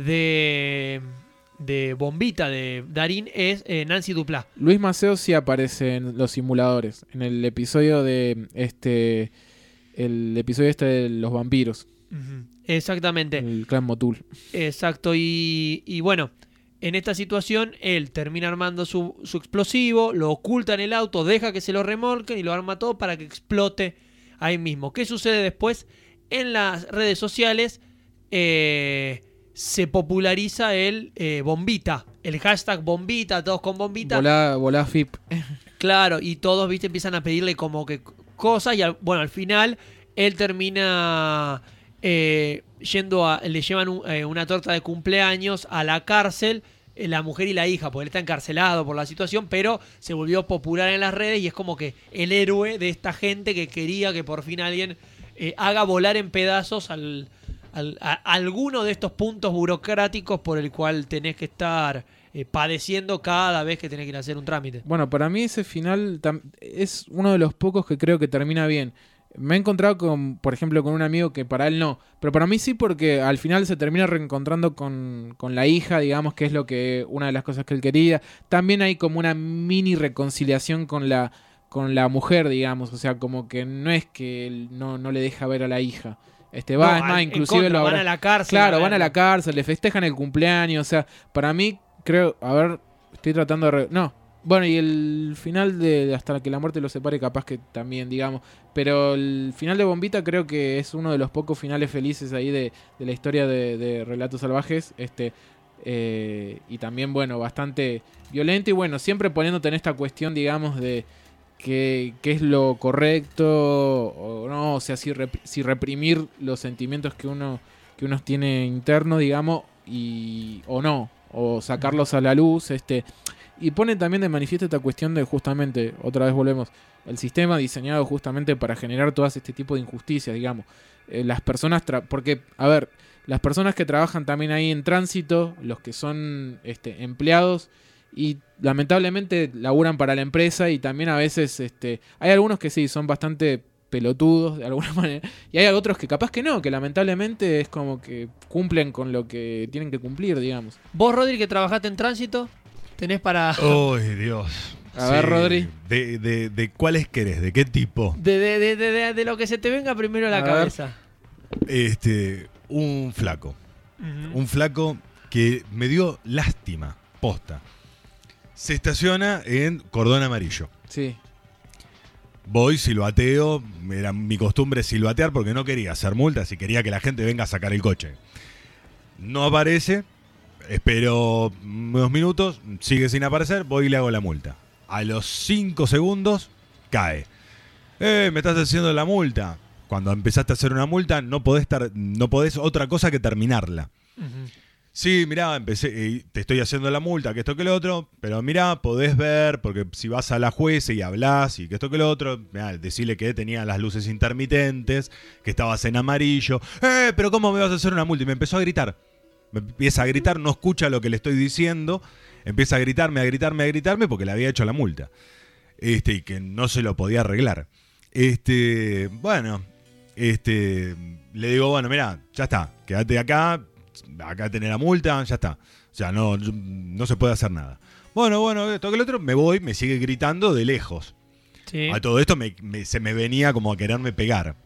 S2: de, de Bombita, de Darín, es eh, Nancy Duplá.
S3: Luis Maceo sí aparece en Los Simuladores, en el episodio de este el episodio este de los vampiros.
S2: Uh-huh. Exactamente.
S3: El clan Motul.
S2: Exacto, y, y bueno, en esta situación él termina armando su, su explosivo, lo oculta en el auto, deja que se lo remolquen y lo arma todo para que explote ahí mismo. ¿Qué sucede después? En las redes sociales eh, se populariza el eh, Bombita, el hashtag Bombita, todos con Bombita.
S3: Volá, volá F I P.
S2: Claro, y todos, viste, empiezan a pedirle como que cosas y al, bueno, al final él termina eh, yendo a, le llevan un, eh, una torta de cumpleaños a la cárcel, eh, la mujer y la hija, porque él está encarcelado por la situación, pero se volvió popular en las redes y es como que el héroe de esta gente que quería que por fin alguien eh, haga volar en pedazos al, al, a, a alguno de estos puntos burocráticos por el cual tenés que estar eh, padeciendo cada vez que tenés que ir a hacer un trámite.
S3: Bueno, para mí ese final tam- es uno de los pocos que creo que termina bien. Me he encontrado con, por ejemplo, con un amigo que para él no, pero para mí sí, porque al final se termina reencontrando con, con la hija, digamos, que es lo que una de las cosas que él quería. También hay como una mini reconciliación con la con la mujer, digamos, o sea, como que no es que él no, no le deja ver a la hija. Este va, no, es más, inclusive
S2: contra,
S3: lo
S2: van a la cárcel.
S3: Claro,
S2: a
S3: van a la cárcel, le festejan el cumpleaños, o sea, para mí creo, a ver, estoy tratando de re- no. Bueno, y el final de hasta que la muerte los separe capaz que también, digamos. Pero el final de Bombita creo que es uno de los pocos finales felices ahí de, de la historia de, de Relatos Salvajes. Este eh, y también, bueno, bastante violento. Y bueno, siempre poniéndote en esta cuestión, digamos, de qué es lo correcto o no. O sea, si, rep- si reprimir los sentimientos que uno, que uno tiene interno, digamos, y o no. O sacarlos a la luz, este... Y pone también de manifiesto esta cuestión de justamente, otra vez volvemos, el sistema diseñado justamente para generar todas este tipo de injusticias, digamos. Eh, las personas, tra- porque, a ver, las personas que trabajan también ahí en tránsito, los que son este, empleados y lamentablemente laburan para la empresa y también a veces, este, hay algunos que sí, son bastante pelotudos de alguna manera y hay otros que capaz que no, que lamentablemente es como que cumplen con lo que tienen que cumplir, digamos.
S2: Vos, Rodri, que trabajaste en tránsito, tenés para...
S4: ¡Uy, Dios!
S3: A ver, sí, Rodri.
S4: De, de, ¿De cuáles querés? ¿De qué tipo?
S2: De, de, de, de, de, de lo que se te venga primero a la a cabeza.
S4: Ver. Este, un flaco. Uh-huh. Un flaco que me dio lástima, posta. Se estaciona en cordón amarillo.
S3: Sí.
S4: Voy, silbateo. Era mi costumbre silbatear porque no quería hacer multas y quería que la gente venga a sacar el coche. No aparece. Espero unos minutos, sigue sin aparecer, voy y le hago la multa. A los cinco segundos, cae. Eh, me estás haciendo la multa. Cuando empezaste a hacer una multa, no podés, tar- no podés otra cosa que terminarla. Uh-huh. Sí, mirá, empecé, eh, te estoy haciendo la multa, que esto que lo otro, pero mirá, podés ver, porque si vas a la jueza y hablás y que esto que lo otro, mirá, decirle que tenía las luces intermitentes, que estabas en amarillo, eh, pero ¿cómo me vas a hacer una multa? Y me empezó a gritar, me empieza a gritar, no escucha lo que le estoy diciendo, empieza a gritarme, a gritarme, a gritarme, porque le había hecho la multa, este, y que no se lo podía arreglar. Este, bueno, este, le digo, bueno, mirá, ya está, quédate acá, acá tenés la multa, ya está. O sea, no, no se puede hacer nada. Bueno, bueno, esto que el otro, me voy, me sigue gritando de lejos.
S2: Sí.
S4: A todo esto me, me, se me venía como a quererme pegar.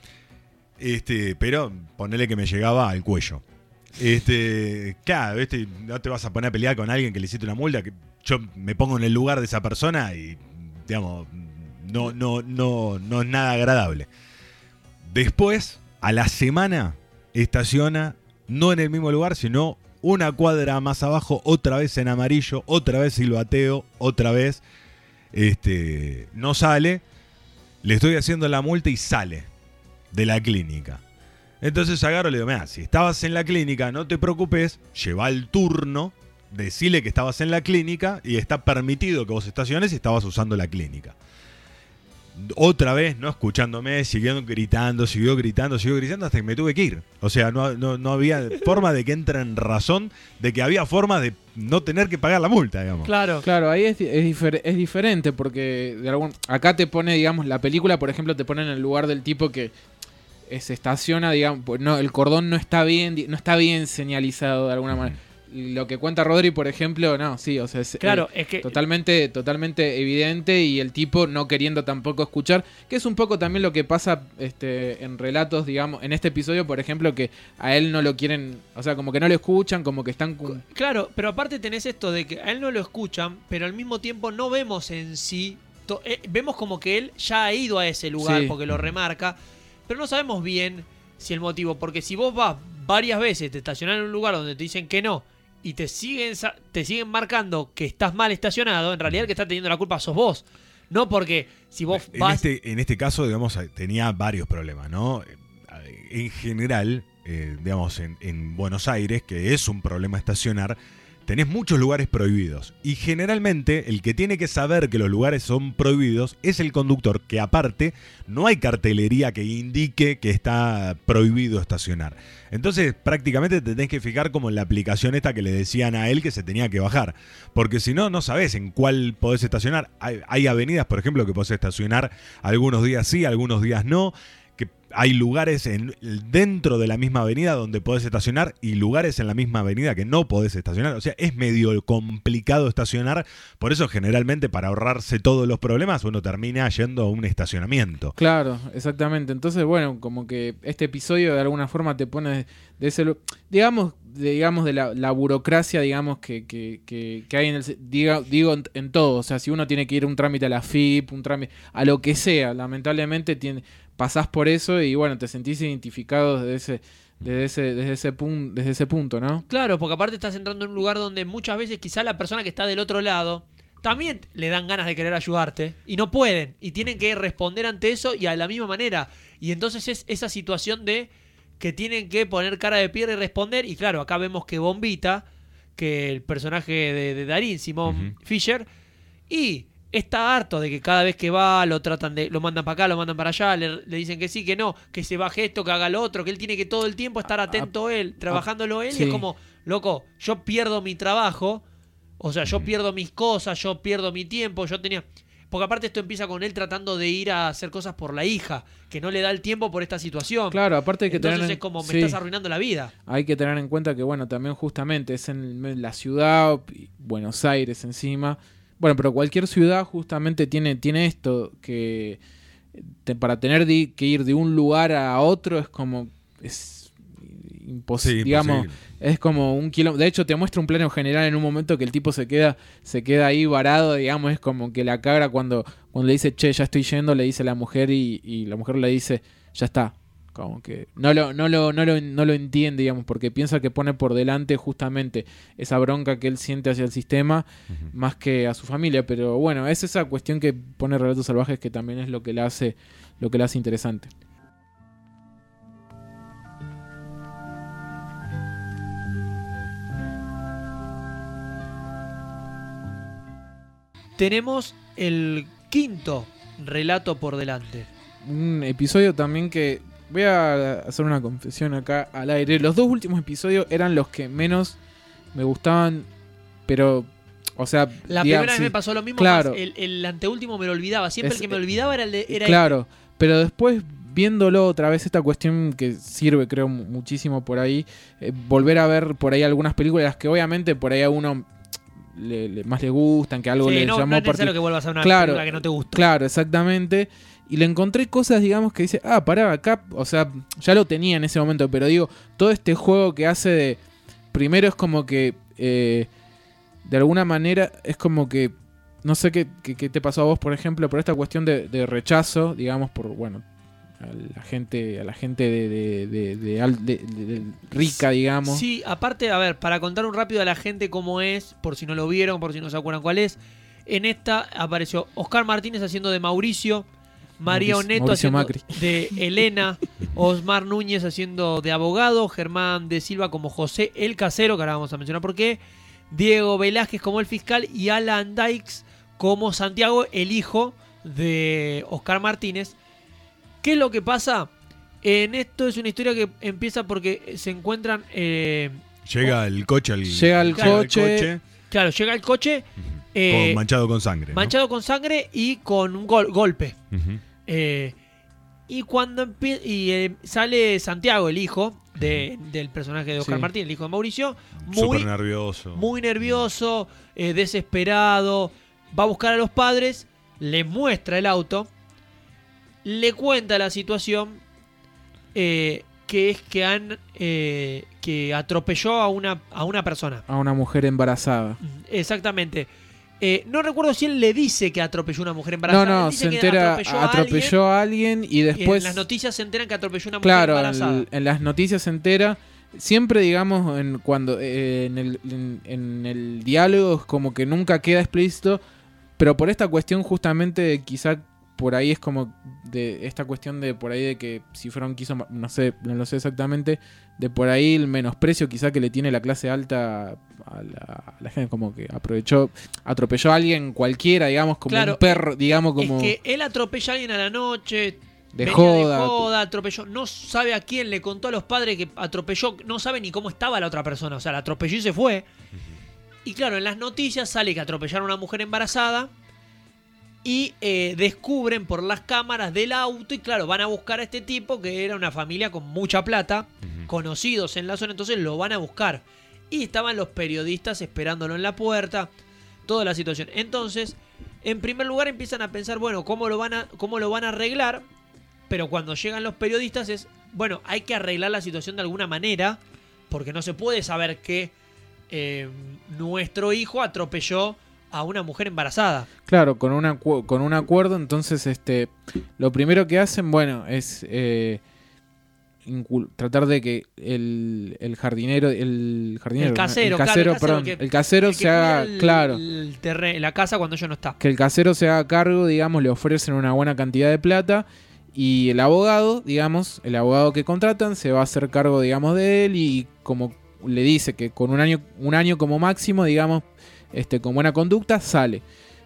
S4: Este, pero ponele que me llegaba al cuello. Este, claro, este, no te vas a poner a pelear con alguien que le hiciste una multa, que yo me pongo en el lugar de esa persona y, digamos, no, no, no, no es nada agradable. Después, a la semana, estaciona no en el mismo lugar, sino una cuadra más abajo, otra vez en amarillo, otra vez silbateo, otra vez este, no sale, le estoy haciendo la multa y sale de la clínica. Entonces agarro y le digo, mira, si estabas en la clínica, no te preocupes, lleva el turno, decile que estabas en la clínica y está permitido que vos estaciones si estabas usando la clínica. Otra vez, no escuchándome, siguió gritando, siguió gritando, siguió gritando hasta que me tuve que ir. O sea, no, no, no había forma de que entre en razón de que había forma de no tener que pagar la multa, digamos.
S2: Claro.
S3: Claro, ahí es, es, difer- es diferente porque de algún, acá te pone, digamos, la película, por ejemplo, te pone en el lugar del tipo que se estaciona, digamos, pues no, el cordón no está bien, no está bien señalizado de alguna manera. Lo que cuenta Rodri, por ejemplo, no, sí, o sea, es,
S2: Claro,
S3: eh,
S2: es que
S3: totalmente, totalmente evidente y el tipo no queriendo tampoco escuchar, que es un poco también lo que pasa este, en relatos, digamos, en este episodio, por ejemplo, que a él no lo quieren, o sea, como que no lo escuchan, como que están... Con...
S2: Claro, pero aparte tenés esto de que a él no lo escuchan, pero al mismo tiempo no vemos en sí, to- eh, vemos como que él ya ha ido a ese lugar
S3: Sí.
S2: porque lo remarca, pero no sabemos bien si el motivo, porque si vos vas varias veces, te estacionás en un lugar donde te dicen que no, y te siguen te siguen marcando que estás mal estacionado, en realidad el que está teniendo la culpa sos vos. No porque si vos
S4: en
S2: vas...
S4: Este, en este caso, digamos, tenía varios problemas, ¿no? En general, eh, digamos, en, en Buenos Aires, que es un problema estacionar, tenés muchos lugares prohibidos. Y generalmente el que tiene que saber que los lugares son prohibidos es el conductor, que aparte no hay cartelería que indique que está prohibido estacionar. Entonces prácticamente te tenés que fijar como en la aplicación esta que le decían a él que se tenía que bajar. Porque si no, no sabés en cuál podés estacionar. Hay, hay avenidas, por ejemplo, que podés estacionar algunos días sí, algunos días no. Que hay lugares en, dentro de la misma avenida donde podés estacionar y lugares en la misma avenida que no podés estacionar. O sea, es medio complicado estacionar. Por eso, generalmente, para ahorrarse todos los problemas, uno termina yendo a un estacionamiento.
S3: Claro, exactamente. Entonces, bueno, como que este episodio de alguna forma te pone de ese... Digamos, de, digamos de la, la burocracia, digamos, que, que, que, que hay en el... Diga, digo en, en todo. O sea, si uno tiene que ir a un trámite a la F I P, un trámite... A lo que sea, lamentablemente tiene... pasás por eso y bueno, te sentís identificado desde ese, desde ese, desde ese, pun- desde ese punto, ¿no?
S2: Claro, porque aparte estás entrando en un lugar donde muchas veces quizá la persona que está del otro lado también le dan ganas de querer ayudarte y no pueden y tienen que responder ante eso y a la misma manera. Y entonces es esa situación de que tienen que poner cara de piedra y responder. Y claro, acá vemos que Bombita, que el personaje de, de Darín, Simón uh-huh. Fisher, y... está harto de que cada vez que va lo tratan de lo mandan para acá, lo mandan para allá, le, le dicen que sí, que no, que se baje esto, que haga lo otro, que él tiene que todo el tiempo estar atento a él, trabajándolo él,
S3: sí.
S2: Y es como, loco, yo pierdo mi trabajo, o sea, yo pierdo mis cosas, yo pierdo mi tiempo, yo tenía... Porque aparte esto empieza con él tratando de ir a hacer cosas por la hija, que no le da el tiempo por esta situación.
S3: Claro, aparte hay que
S2: Entonces
S3: tener en...
S2: es como, me
S3: sí.
S2: estás arruinando la vida.
S3: Hay que tener en cuenta que, bueno, también justamente es en la ciudad, Buenos Aires encima... Bueno, pero cualquier ciudad justamente tiene, tiene esto, que te, para tener de, que ir de un lugar a otro es como... Es imposible, sí, digamos, es como un kilómetro. De hecho, te muestra un plano general en un momento que el tipo se queda se queda ahí varado, digamos, es como que la cara cuando, cuando le dice, che, ya estoy yendo, le dice a la mujer y, y la mujer le dice, ya está. Como que no lo, no, lo, no, lo, no lo entiende, digamos, porque piensa que pone por delante justamente esa bronca que él siente hacia el sistema, uh-huh. más que a su familia. Pero bueno, es esa cuestión que pone Relatos Salvajes que también es lo que le hace, lo que le hace interesante.
S2: tenemos el quinto relato por delante.
S3: Un episodio también que... Voy a hacer una confesión acá al aire. Los dos últimos episodios eran los que menos me gustaban, pero... O sea...
S2: La
S3: digamos,
S2: primera vez
S3: sí,
S2: me pasó lo mismo,
S3: claro.
S2: más el, el anteúltimo me lo olvidaba. Siempre
S3: Es,
S2: el que me olvidaba era el de... Era
S3: claro, este. Pero después... Viéndolo otra vez, esta cuestión que sirve, creo, muchísimo por ahí, eh, volver a ver por ahí algunas películas que obviamente por ahí a uno le, le, más le gustan, que algo
S2: sí,
S3: le
S2: no,
S3: llamó
S2: no es necesario
S3: partic-
S2: que vuelvas a una
S3: claro,
S2: película que no te gusta.
S3: Claro, exactamente. Y le encontré cosas, digamos, que dice, ah, pará, acá, o sea, ya lo tenía en ese momento, pero digo, todo este juego que hace de... Primero es como que, eh, de alguna manera, es como que, no sé qué, qué, qué te pasó a vos, por ejemplo, pero esta cuestión de, de rechazo, digamos, por, bueno... a la gente a la gente de, de, de, de, de, de, de rica, digamos.
S2: Sí, aparte, a ver, para contar un rápido a la gente cómo es, por si no lo vieron, por si no se acuerdan cuál es, en esta apareció Oscar Martínez haciendo de Mauricio, María
S3: Mauricio,
S2: Oneto
S3: Mauricio
S2: haciendo
S3: Macri.
S2: de Elena, Osmar Núñez haciendo de abogado, Germán de Silva como José el Casero, que ahora vamos a mencionar por qué, Diego Velázquez como el fiscal y Alan Dykes como Santiago, el hijo de Oscar Martínez. ¿Qué es lo que pasa? En esto es una historia que empieza porque se encuentran... Eh,
S4: Llega el coche al
S3: Llega el
S4: claro,
S3: coche.
S4: coche
S2: claro, llega el coche
S4: uh-huh.
S2: eh,
S4: con, manchado con sangre.
S2: manchado
S4: ¿no?
S2: con sangre y con un gol- golpe.
S4: Uh-huh.
S2: Eh, y cuando empie- y, eh, sale Santiago, el hijo de, del personaje de Oscar
S3: Sí.
S2: Martín, el hijo de Mauricio, muy,
S4: Súper nervioso.
S2: muy nervioso, eh, desesperado, va a buscar a los padres, le muestra el auto, le cuenta la situación, eh, que es que han eh, que atropelló a una, a una persona.
S3: A una mujer embarazada.
S2: Exactamente. Eh, no recuerdo si él le dice que atropelló a una mujer embarazada.
S3: No, no,
S2: Él dice
S3: se
S2: que
S3: entera,
S2: atropelló,
S3: atropelló,
S2: a
S3: a alguien y
S2: alguien, y
S3: después...
S2: en las noticias se enteran que atropelló a una mujer
S3: Claro,
S2: embarazada.
S3: en, en las noticias se entera. Siempre, digamos, en, cuando eh, en, el, en, en el diálogo es como que nunca queda explícito, pero por esta cuestión justamente quizá por ahí es como de esta cuestión de por ahí de que si fueron quiso, no sé, no lo sé exactamente, de por ahí el menosprecio quizá que le tiene la clase alta a la, a la gente, como que aprovechó, atropelló a alguien cualquiera, digamos, como
S2: Claro,
S3: un perro, digamos, como
S2: Es que él atropella a alguien a la noche,
S3: de
S2: venía
S3: joda.
S2: de joda, atropelló, no sabe a quién, le contó a los padres que atropelló, no sabe ni cómo estaba la otra persona, o sea, la atropelló y se fue. Y claro, en las noticias sale que atropellaron a una mujer embarazada y eh, descubren por las cámaras del auto y claro, van a buscar a este tipo que era una familia con mucha plata,
S4: Uh-huh.
S2: conocidos en la zona, entonces lo van a buscar. Y estaban los periodistas esperándolo en la puerta, toda la situación. Entonces, en primer lugar empiezan a pensar, bueno, ¿cómo lo van a, cómo lo van a arreglar? Pero cuando llegan los periodistas es, bueno, hay que arreglar la situación de alguna manera, porque no se puede saber que eh, nuestro hijo atropelló a una mujer embarazada.
S3: Claro, con, una, con un acuerdo, entonces este lo primero que hacen, bueno, es eh, incul- tratar de que el, el jardinero, el jardinero,
S2: El casero,
S3: el casero,
S2: claro, el casero
S3: perdón,
S2: que-
S3: el casero
S2: El que
S3: se haga,
S2: cuida el-
S3: claro,
S2: el terre- la casa cuando yo no está.
S3: que el casero se haga cargo, digamos, le ofrecen una buena cantidad de plata y el abogado, digamos, el abogado que contratan se va a hacer cargo, digamos, de él y como le dice que con un año, un año como máximo, digamos, este, con buena conducta, sale.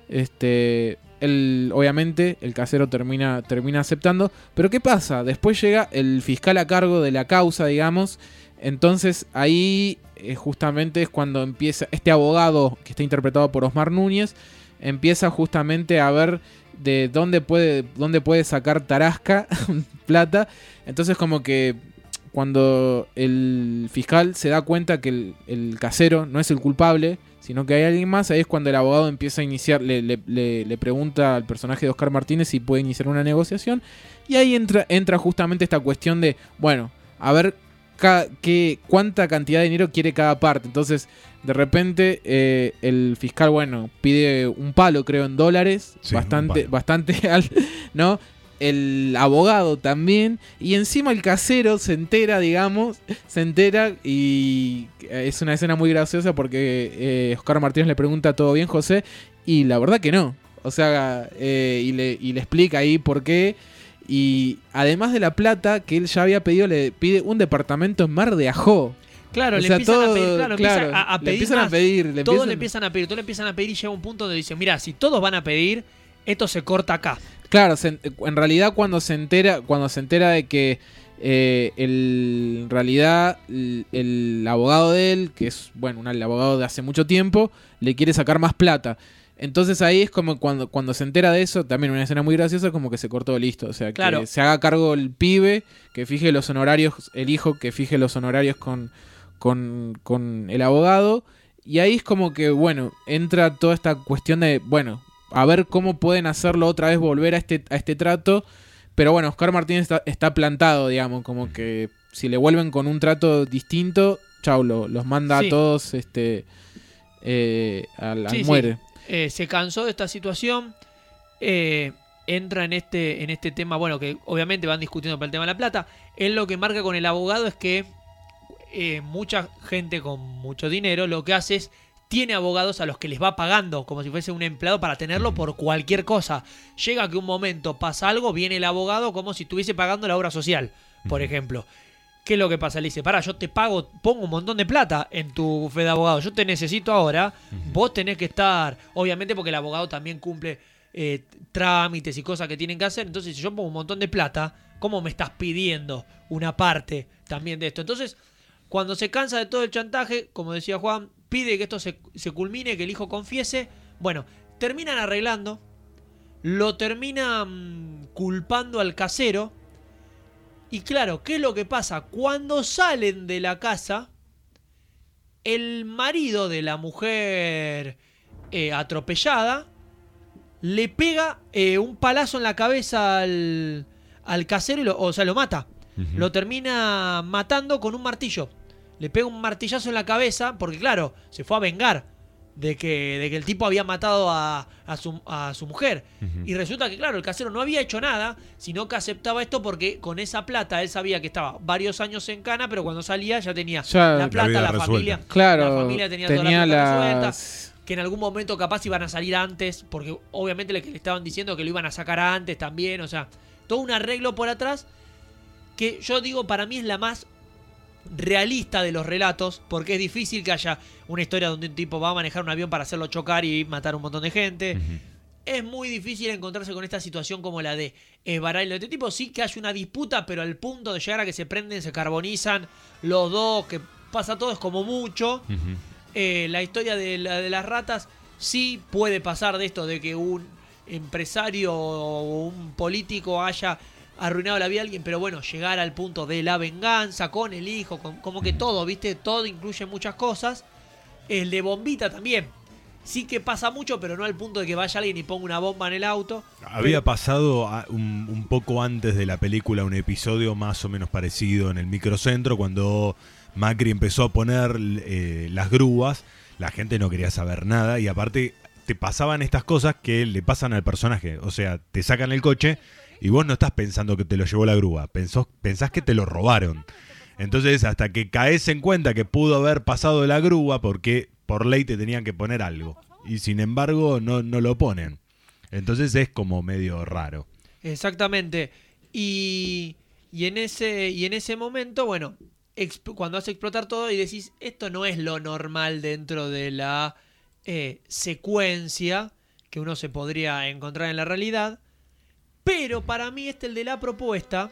S3: Este, él, obviamente, el casero termina, termina aceptando. Pero ¿qué pasa? Después llega el fiscal a cargo de la causa, digamos. Entonces ahí eh, justamente es cuando empieza este abogado que está interpretado por Osmar Núñez, empieza justamente a ver de dónde puede, dónde puede sacar Tarasca plata. Entonces como que cuando el fiscal se da cuenta que el, el casero no es el culpable, sino que hay alguien más, ahí es cuando el abogado empieza a iniciar, le, le, le, le pregunta al personaje de Oscar Martínez si puede iniciar una negociación, y ahí entra, entra justamente esta cuestión de, bueno, a ver ca, qué, cuánta cantidad de dinero quiere cada parte. Entonces, de repente, eh, el fiscal, bueno, pide un palo, creo, en dólares,
S4: Sí,
S3: bastante, bastante alto, ¿no? El abogado también, y encima el casero se entera, digamos, se entera y es una escena muy graciosa porque eh, Oscar Martínez le pregunta, ¿todo bien, José? Y la verdad que no, o sea, eh, y, le, y le explica ahí por qué, y además de la plata que él ya había pedido, le pide un departamento en Mar de Ajó.
S2: Claro,
S3: o
S2: le
S3: sea,
S2: empiezan
S3: todo,
S2: a pedir, claro,
S3: claro,
S2: empiezan a, a pedir
S3: le empiezan
S2: más,
S3: a pedir, le
S2: todos
S3: empiezan...
S2: le empiezan a pedir, todos le empiezan a pedir y llega un punto donde dicen, mira, si todos van a pedir, esto se corta acá.
S3: Claro, se, en realidad cuando se entera, cuando se entera de que eh, el, en realidad el, el abogado de él, que es bueno, un, el abogado de hace mucho tiempo, le quiere sacar más plata. Entonces ahí es como cuando, cuando se entera de eso, también una escena muy graciosa, como que se cortó listo. O sea,
S2: claro.
S3: que se haga cargo el pibe, que fije los honorarios, el hijo que fije los honorarios con, con, con el abogado. Y ahí es como que, bueno, entra toda esta cuestión de, bueno, a ver cómo pueden hacerlo otra vez, volver a este, a este trato. Pero bueno, Oscar Martínez está, está plantado, digamos, como que si le vuelven con un trato distinto, chau, lo, los manda sí. a todos este, eh, al,
S2: sí,
S3: al muere.
S2: Sí. Eh, se cansó de esta situación, eh, entra en este, en este tema, bueno, que obviamente van discutiendo por el tema de la plata. Él lo que marca con el abogado es que eh, mucha gente con mucho dinero lo que hace es, tiene abogados a los que les va pagando, como si fuese un empleado para tenerlo por cualquier cosa. Llega que un momento pasa algo, viene el abogado como si estuviese pagando la obra social, por ejemplo. ¿Qué es lo que pasa? Le dice, pará, yo te pago, pongo un montón de plata en tu fe de abogado, yo te necesito ahora, uh-huh. vos tenés que estar, obviamente porque el abogado también cumple eh, trámites y cosas que tienen que hacer, entonces si yo pongo un montón de plata, ¿cómo me estás pidiendo una parte también de esto? Entonces, cuando se cansa de todo el chantaje, como decía Juan, pide que esto se, se culmine, que el hijo confiese, bueno, terminan arreglando, lo terminan culpando al casero. Y claro, ¿qué es lo que pasa? Cuando salen de la casa, el marido de la mujer eh, atropellada le pega eh, un palazo en la cabeza al, al casero, y lo, o sea, lo mata. Uh-huh. Lo termina matando con un martillo. Le pega un martillazo en la cabeza porque, claro, se fue a vengar de que, de que el tipo había matado a, a, su, a su mujer. Uh-huh. Y resulta que, claro, el casero no había hecho nada, sino que aceptaba esto porque con esa plata él sabía que estaba varios años en cana, pero cuando salía ya tenía ya la plata, la, la familia.
S3: Claro,
S2: la familia tenía,
S3: tenía
S2: toda la plata
S3: las...
S2: resuelta. Que en algún momento capaz iban a salir antes, porque obviamente le, le estaban diciendo que lo iban a sacar antes también. O sea, todo un arreglo por atrás que yo digo para mí es la más realista de los relatos, porque es difícil que haya una historia donde un tipo va a manejar un avión para hacerlo chocar y matar a un montón de gente. Uh-huh. Es muy difícil encontrarse con esta situación como la de Esbará y este tipo. Sí que hay una disputa, pero al punto de llegar a que se prenden, se carbonizan los dos, que pasa todo, es como mucho. Uh-huh. Eh, la historia de, la, de las ratas sí puede pasar de esto, de que un empresario o un político haya arruinado la vida de alguien, pero bueno, llegar al punto de la venganza con el hijo, con, como que todo, ¿viste? Todo incluye muchas cosas. El de Bombita también. Sí que pasa mucho, pero no al punto de que vaya alguien y ponga una bomba en el auto.
S4: Había
S2: pero...
S4: pasado un, un poco antes de la película un episodio más o menos parecido en el microcentro, cuando Macri empezó a poner eh, las grúas, la gente no quería saber nada y aparte te pasaban estas cosas que le pasan al personaje. O sea, te sacan el coche y vos no estás pensando que te lo llevó la grúa, pensó, pensás que te lo robaron. Entonces, hasta que caes en cuenta que pudo haber pasado de la grúa, porque por ley te tenían que poner algo. Y sin embargo, no, no lo ponen. Entonces es como medio raro.
S2: Exactamente. Y, y, en, ese, y en ese momento, bueno, exp- cuando hace explotar todo y decís, esto no es lo normal dentro de la eh, secuencia que uno se podría encontrar en la realidad. Pero para mí este, el de la propuesta,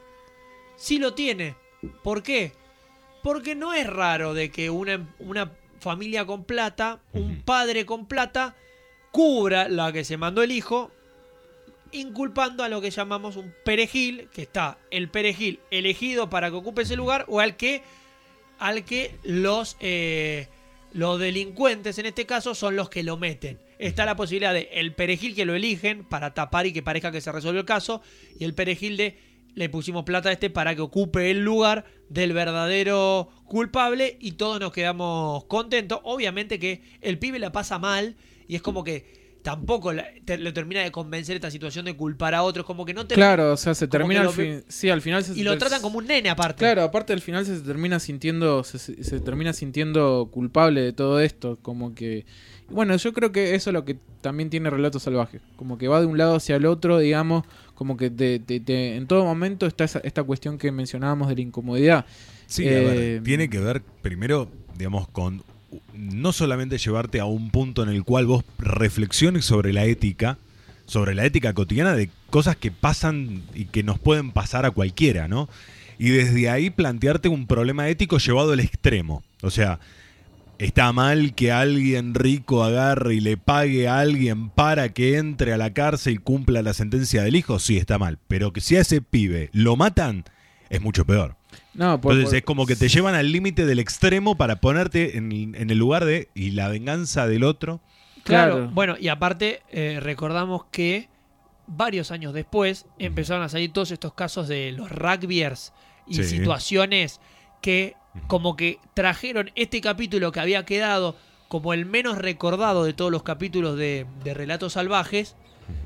S2: sí lo tiene. ¿Por qué? Porque no es raro de que una, una familia con plata, un padre con plata, cubra la que se mandó el hijo, inculpando a lo que llamamos un perejil, que está el perejil elegido para que ocupe ese lugar, o al que, al que los, eh, los delincuentes, en este caso, son los que lo meten. Está la posibilidad de el perejil que lo eligen para tapar y que parezca que se resolvió el caso, y el perejil de le pusimos plata a este para que ocupe el lugar del verdadero culpable y todos nos quedamos contentos. Obviamente que el pibe la pasa mal y es como que tampoco la, te, lo termina de convencer esta situación de culpar a otros, como que no termina,
S3: claro, o sea, se termina al
S2: lo,
S3: fin, sí, al final se,
S2: y lo tratan como un nene aparte.
S3: Claro, aparte al final se termina sintiendo se, se termina sintiendo culpable de todo esto, como que bueno, yo creo que eso es lo que también tiene Relatos Salvajes, como que va de un lado hacia el otro, digamos, como que te, te, te, en todo momento está esa, esta cuestión que mencionábamos de la incomodidad.
S4: Sí, eh, a ver, tiene que ver primero, digamos, con no solamente llevarte a un punto en el cual vos reflexiones sobre la ética, sobre la ética cotidiana de cosas que pasan y que nos pueden pasar a cualquiera, ¿no? Y desde ahí plantearte un problema ético llevado al extremo. O sea, ¿está mal que alguien rico agarre y le pague a alguien para que entre a la cárcel y cumpla la sentencia del hijo? Sí, está mal. Pero que si a ese pibe lo matan, es mucho peor.
S3: No, por,
S4: Entonces
S3: por,
S4: es como que te llevan al límite del extremo para ponerte en, en el lugar de y la venganza del otro.
S2: Claro,
S3: claro.
S2: Bueno, y aparte eh, recordamos que varios años después empezaron a salir todos estos casos de los rugbyers y
S4: Sí.
S2: situaciones que como que trajeron este capítulo que había quedado como el menos recordado de todos los capítulos de, de Relatos Salvajes,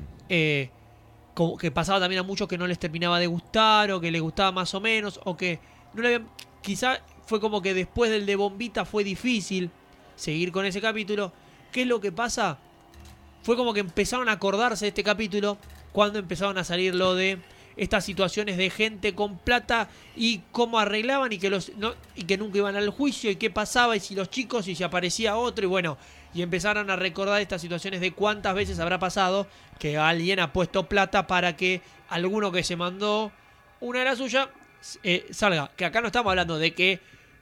S2: eh, como que pasaba también a muchos que no les terminaba de gustar o que les gustaba más o menos o que no le habían, quizá fue como que después del de Bombita fue difícil seguir con ese capítulo. ¿Qué es lo que pasa? Fue como que empezaron a acordarse de este capítulo cuando empezaron a salir lo de estas situaciones de gente con plata y cómo arreglaban y que los no, y que nunca iban al juicio y qué pasaba y si los chicos y si aparecía otro y bueno, y empezaron a recordar estas situaciones de cuántas veces habrá pasado que alguien ha puesto plata para que alguno que se mandó una de las suyas eh, salga. Que acá no estamos hablando de que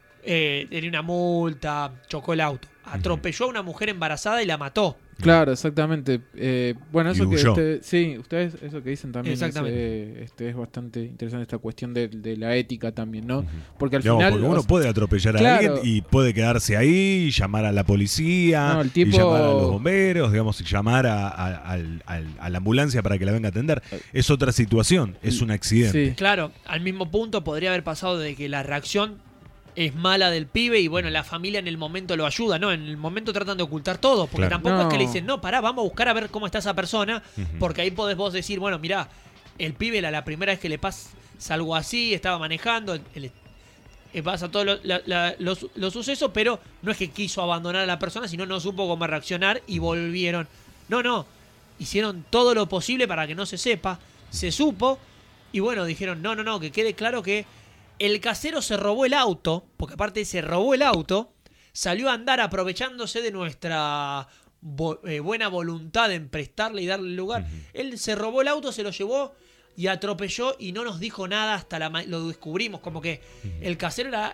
S2: eh, tenía una multa, chocó el auto, atropelló a una mujer embarazada y la mató.
S3: Claro, exactamente. Eh, bueno, eso
S4: Y
S3: que
S4: huyó.
S3: usted, sí, ustedes eso que dicen también es,
S2: Exactamente.
S3: eh, este, es bastante interesante esta cuestión de, de la ética también, ¿no? Porque al
S4: Digamos,
S3: final
S4: porque uno
S3: o-
S4: puede atropellar a
S3: claro.
S4: alguien y puede quedarse ahí y llamar a la policía,
S3: No, el tipo-
S4: y llamar a los bomberos, digamos, y llamar a, a- al- al- a la ambulancia para que la venga a atender. Es otra situación, es un accidente.
S3: Sí.
S2: Claro, al mismo punto podría haber pasado de que la reacción es mala del pibe y bueno, la familia en el momento lo ayuda, ¿no? En el momento tratan de ocultar todo, porque
S4: Claro.
S2: tampoco
S3: No.
S2: es que le dicen, no, pará, vamos a buscar a ver cómo está esa persona,
S4: Ujú.
S2: porque ahí podés vos decir, bueno, mirá, el pibe la, la primera vez que le pasa algo así, estaba manejando, el- el- eh, pasa todos lo- la- la- los, los sucesos, pero no es que quiso abandonar a la persona, sino no supo cómo reaccionar y volvieron. No, no, hicieron todo lo posible para que no se sepa, se supo y bueno, dijeron, no, no, no, que quede claro que el casero se robó el auto, porque aparte se robó el auto, salió a andar aprovechándose de nuestra bo- eh, buena voluntad en prestarle y darle el lugar.
S4: Ujú.
S2: Él se robó el auto, se lo llevó y atropelló y no nos dijo nada hasta la ma- lo descubrimos, como que el casero era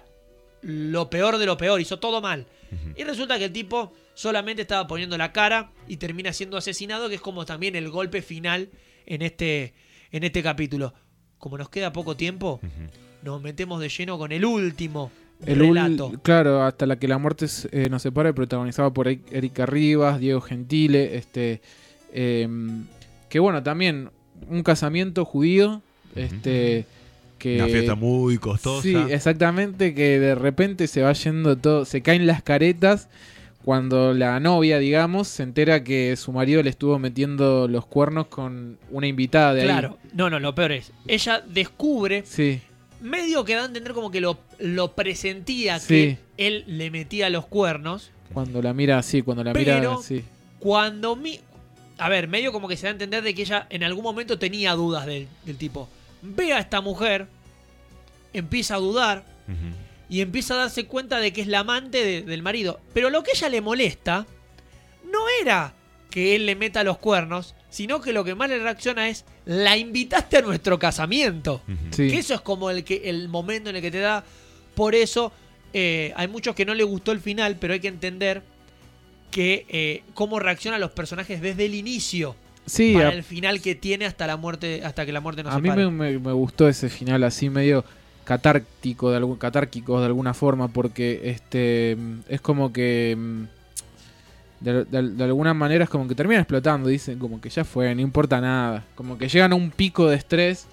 S2: lo peor de lo peor, hizo todo mal.
S4: Ujú.
S2: Y resulta que el tipo solamente estaba poniendo la cara y termina siendo asesinado, que es como también el golpe final en este, en este capítulo. Como nos queda poco tiempo,
S4: Ujú.
S2: nos metemos de lleno con el último
S3: El ul-
S2: relato.
S3: claro, hasta la que la muerte se- eh, nos separe, protagonizado por E- Erika Rivas, Diego Gentile, este, eh, que bueno, también un casamiento judío, este, que
S4: Una fiesta muy costosa.
S3: sí, exactamente, que de repente se va yendo todo, se caen las caretas cuando la novia, digamos, se entera que su marido le estuvo metiendo los cuernos con una invitada de ahí.
S2: Claro, no, no, lo peor es, ella descubre,
S3: Sí,
S2: medio que da a entender como que lo, lo presentía
S3: Sí.
S2: que él le metía los cuernos,
S3: cuando la mira así, cuando la
S2: Pero-
S3: mira así.
S2: cuando mi... A ver, medio como que se da a entender de que ella en algún momento tenía dudas del, del tipo. Ve a esta mujer, empieza a dudar
S4: Ujú.
S2: y empieza a darse cuenta de que es la amante de- del marido. Pero lo que ella le molesta no era que él le meta los cuernos, sino que lo que más le reacciona es, la invitaste a nuestro casamiento.
S4: Ujú.
S3: Sí.
S2: Que eso es como el, que, el momento en el que te da. Por eso eh, hay muchos que no les gustó el final, pero hay que entender que eh, cómo reaccionan los personajes desde el inicio
S3: Sí,
S2: para
S3: a-
S2: el final que tiene hasta la muerte, hasta que la muerte nos
S3: A mí
S2: separe.
S3: me, me- me gustó ese final así medio catártico de algún catárquico de alguna forma porque este mm, es como que mm, de, de- de alguna manera es como que termina explotando, dicen como que ya fue, no importa nada, como que llegan a un pico de estrés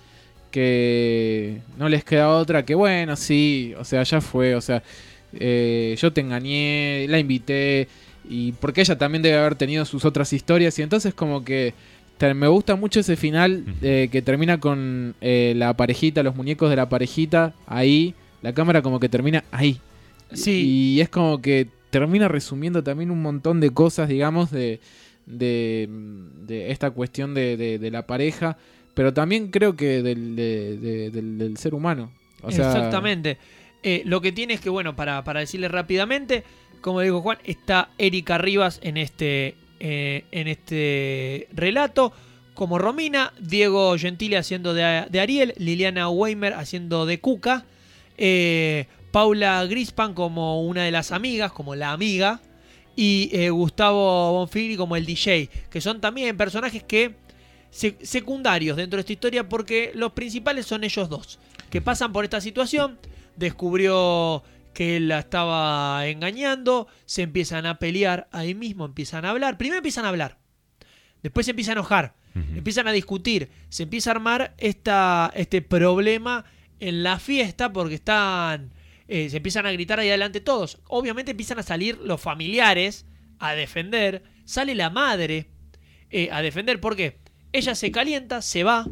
S3: que no les queda otra que bueno, sí, o sea, ya fue, o sea, eh, yo te engañé, la invité, y porque ella también debe haber tenido sus otras historias, y entonces como que te, me gusta mucho ese final eh, que termina con eh, la parejita, los muñecos de la parejita, ahí, la cámara como que termina ahí.
S2: Sí.
S3: Y es como que termina resumiendo también un montón de cosas, digamos, de, de, de esta cuestión de, de, de la pareja, pero también creo que del, de, de, del, del ser humano. O sea,
S2: exactamente. Eh, lo que tiene es que, bueno, para, para decirle rápidamente, como dijo Juan, está Erika Rivas en este, eh, en este relato como Romina, Diego Gentile haciendo de, de Ariel, Liliana Weimer haciendo de Cuca, eh, Paula Grispan como una de las amigas, como la amiga, y eh, Gustavo Bonfigli como el D J, que son también personajes que sec- secundarios dentro de esta historia, porque los principales son ellos dos, que pasan por esta situación, descubrió que él la estaba engañando, se empiezan a pelear ahí mismo, empiezan a hablar, primero empiezan a hablar, después se empieza a enojar, uh-huh. empiezan a discutir, se empieza a armar esta, este problema en la fiesta porque están... Eh, se empiezan a gritar ahí adelante todos. Obviamente empiezan a salir los familiares a defender. Sale la madre eh, a defender. ¿Por qué? Ella se calienta, se va.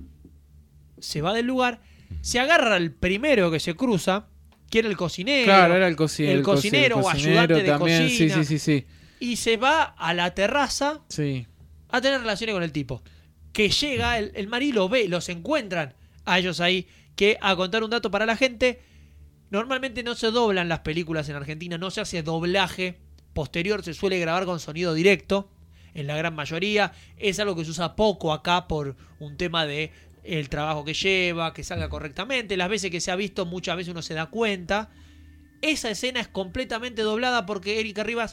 S2: Se va del lugar. Se agarra al primero que se cruza. Que era el cocinero.
S3: Claro, era el, coci-
S2: el,
S3: el
S2: cocinero
S3: co-
S2: o
S3: el cocinero
S2: ayudante
S3: también.
S2: de cocina.
S3: Sí, sí, sí, sí.
S2: Y se va a la terraza
S3: sí.
S2: a tener relaciones con el tipo. Que llega, el, el marido lo ve, los encuentran a ellos ahí. Que, a contar un dato para la gente... Normalmente no se doblan las películas en Argentina, no se hace doblaje posterior, se suele grabar con sonido directo, en la gran mayoría. Es algo que se usa poco acá por un tema de el trabajo que lleva, que salga correctamente. Las veces que se ha visto, muchas veces uno se da cuenta. Esa escena es completamente doblada porque Erika Rivas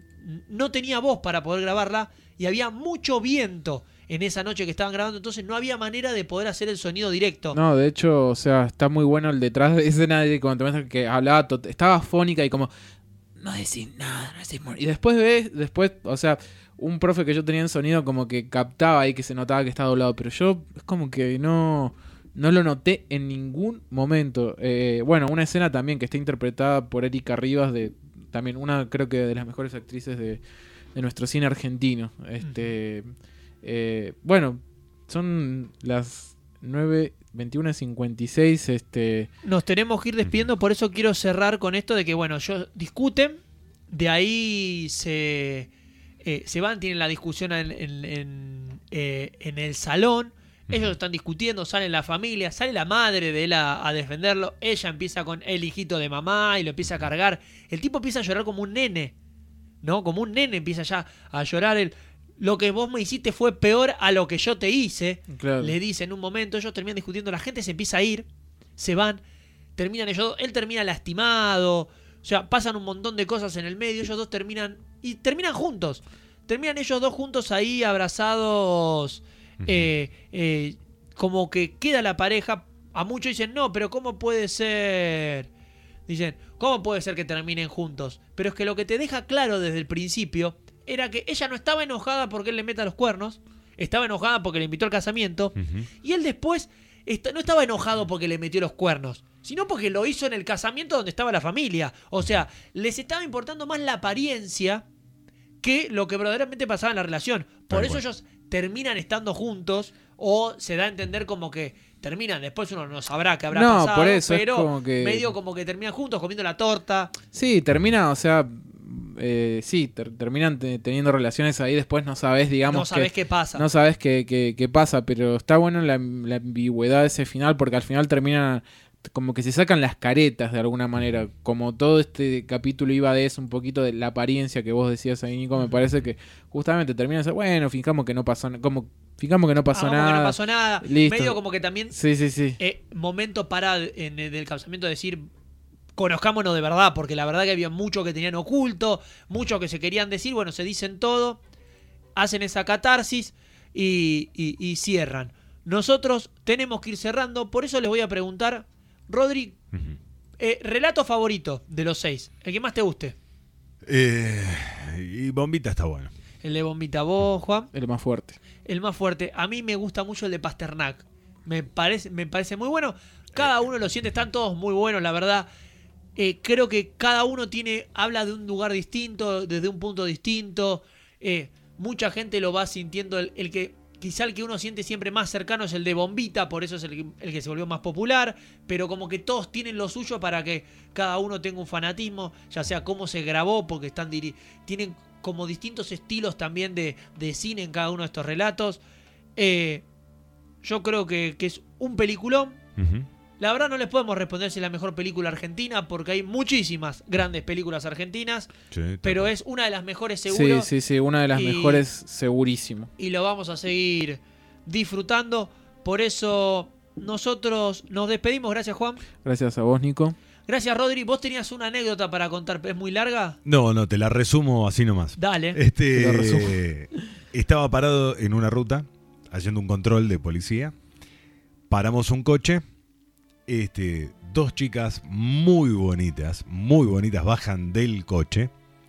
S2: no tenía voz para poder grabarla y había mucho viento en esa noche que estaban grabando, entonces no había manera de poder hacer el sonido directo.
S3: No, de hecho, o sea, está muy bueno el detrás de escena de cuando te muestran que hablaba, tot- estaba fónica y como, no decís nada, no decís nada. Y después ves, después, o sea, un profe que yo tenía en sonido como que captaba ahí que se notaba que estaba doblado, pero yo es como que no, no lo noté en ningún momento. Eh, bueno, una escena también que está interpretada por Erika Rivas, de también una creo que de las mejores actrices de, de nuestro cine argentino. Este... Uh-huh. Eh, bueno, son las nueve veintiuno cincuenta y seis. Este...
S2: Nos tenemos que ir despidiendo, por eso quiero cerrar con esto de que, bueno, ellos discuten, de ahí se, eh, se van, tienen la discusión en, en, en, eh, en el salón, ellos están discutiendo, sale la familia, sale la madre de él a, a defenderlo, ella empieza con el hijito de mamá y lo empieza a cargar, el tipo empieza a llorar como un nene, ¿no? Como un nene empieza ya a llorar el... Lo que vos me hiciste fue peor a lo que yo te hice. Claro. Le dice en un momento, ellos terminan discutiendo, la gente se empieza a ir, se van, terminan ellos, él termina lastimado, o sea, pasan un montón de cosas en el medio, ellos dos terminan, y terminan juntos, terminan ellos dos juntos ahí abrazados, uh-huh. eh, eh, como que queda la pareja, a muchos dicen, no, pero ¿cómo puede ser? Dicen, ¿cómo puede ser que terminen juntos? Pero es que lo que te deja claro desde el principio era que ella no estaba enojada porque él le meta los cuernos, estaba enojada porque le invitó al casamiento, uh-huh. y él después está, no estaba enojado porque le metió los cuernos, sino porque lo hizo en el casamiento donde estaba la familia. O sea, les estaba importando más la apariencia que lo que verdaderamente pasaba en la relación. Por Tal eso cual. Ellos terminan estando juntos, o se da a entender como que terminan, después uno no sabrá qué habrá
S3: no,
S2: pasado,
S3: por eso
S2: pero
S3: es como que...
S2: medio como que terminan juntos comiendo la torta.
S3: Sí, termina, o sea... Eh, sí, ter- terminan te- teniendo relaciones ahí, después no sabes, digamos,
S2: no sabes
S3: que,
S2: qué pasa.
S3: No sabes qué, qué, qué pasa, pero está bueno la, la ambigüedad de ese final, porque al final terminan como que se sacan las caretas de alguna manera, como todo este capítulo iba de eso, un poquito de la apariencia que vos decías ahí, Nico, me parece que justamente termina de bueno, fijamos que no pasó nada, como fijamos que no pasó
S2: ah,
S3: nada.
S2: Que no pasó nada,
S3: listo.
S2: Medio como que también
S3: sí, sí, sí.
S2: Eh, momento para en el del casamiento decir conozcámonos de verdad, porque la verdad que había mucho que tenían oculto, mucho que se querían decir, bueno, se dicen todo, hacen esa catarsis y, y, y cierran. Nosotros tenemos que ir cerrando, por eso les voy a preguntar, Rodri, uh-huh. eh, relato favorito de los seis, el que más te guste.
S4: Eh, y Bombita está bueno.
S2: El de Bombita, vos, Juan.
S3: El más fuerte.
S2: El más fuerte. A mí me gusta mucho el de Pasternak. Me parece, me parece muy bueno. Cada uno lo siente, están todos muy buenos, la verdad. Eh, creo que cada uno tiene habla de un lugar distinto, desde un punto distinto. Eh, mucha gente lo va sintiendo, el, el que quizá el que uno siente siempre más cercano es el de Bombita, por eso es el, el que se volvió más popular, pero como que todos tienen lo suyo para que cada uno tenga un fanatismo, ya sea cómo se grabó, porque están diri- tienen como distintos estilos también de, de cine en cada uno de estos relatos. Eh, yo creo que, que es un peliculón.
S4: Uh-huh.
S2: La verdad no les podemos responder si es la mejor película argentina, porque hay muchísimas grandes películas argentinas,
S4: Sí,
S2: pero
S4: tal.
S2: es una de las mejores seguro.
S3: Sí, sí, sí, una de las
S2: Y-
S3: mejores segurísimo.
S2: Y lo vamos a seguir disfrutando. Por eso nosotros nos despedimos. Gracias, Juan.
S3: Gracias a vos, Nico.
S2: Gracias, Rodri. ¿Vos tenías una anécdota para contar? ¿Es muy larga?
S4: No, no, te la resumo así nomás.
S2: Dale.
S3: Te la resumo.
S4: Este, estaba parado en una ruta haciendo un control de policía. Paramos un coche. Este, dos chicas muy bonitas, muy bonitas, bajan del coche.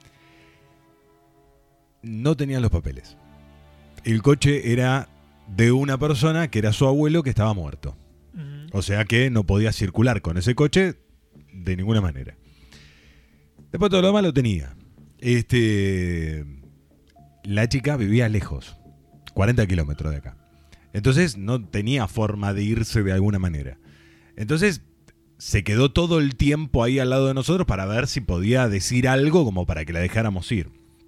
S4: No tenían los papeles. El coche era de una persona que era su abuelo que estaba muerto.
S2: Ujú.
S4: O sea que no podía circular con ese coche de ninguna manera. Después todo lo demás lo tenía. Este, la chica vivía lejos, cuarenta kilómetros de acá. Entonces no tenía forma de irse de alguna manera. Entonces se quedó todo el tiempo ahí al lado de nosotros para ver si podía decir algo como para que la dejáramos ir.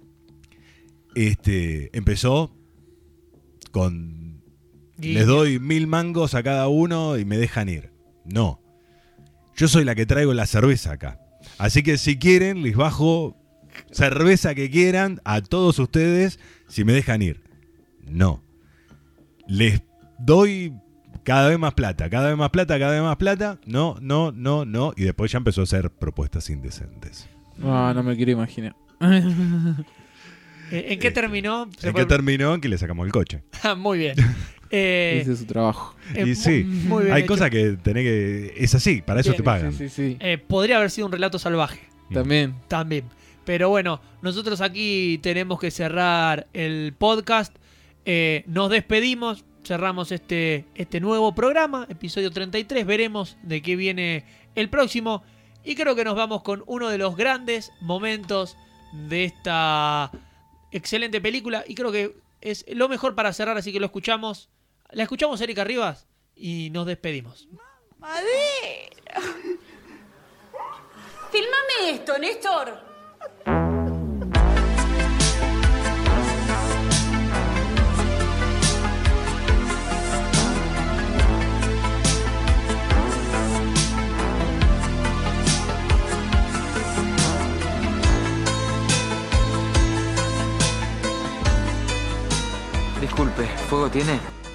S4: Este, empezó con...
S2: Y-
S4: Les doy mil mangos a cada uno y me dejan ir. No. Yo soy la que traigo la cerveza acá. Así que si quieren, les bajo cerveza que quieran a todos ustedes si me dejan ir. No. Les doy cada vez más plata, cada vez más plata, cada vez más plata. No, no, no, no. Y después ya empezó a hacer propuestas indecentes.
S3: No, no me quiero imaginar.
S2: Eh, ¿En qué
S4: Este,
S2: terminó? Se
S4: ¿En
S2: fue-
S4: qué terminó? En que le sacamos el coche.
S2: Ah, muy bien. Eh,
S3: Ese es su trabajo.
S2: eh,
S4: Y
S2: mu-
S4: sí,
S2: muy bien
S4: hay
S2: hecho.
S4: cosas que tenés que... Es así, para eso
S2: Bien,
S4: te pagan.
S3: Sí, sí, sí.
S2: Eh, podría haber sido un relato salvaje.
S3: También.
S2: También. Pero bueno, nosotros aquí tenemos que cerrar el podcast. Eh, nos despedimos. Cerramos este, este nuevo programa, episodio treinta y tres. Veremos de qué viene el próximo. Y creo que nos vamos con uno de los grandes momentos de esta excelente película. Y creo que es lo mejor para cerrar, así que lo escuchamos. La escuchamos, Erika Rivas, y nos despedimos.
S5: ¡Madera! Filmame esto, Néstor.
S6: Disculpe, ¿fuego tiene?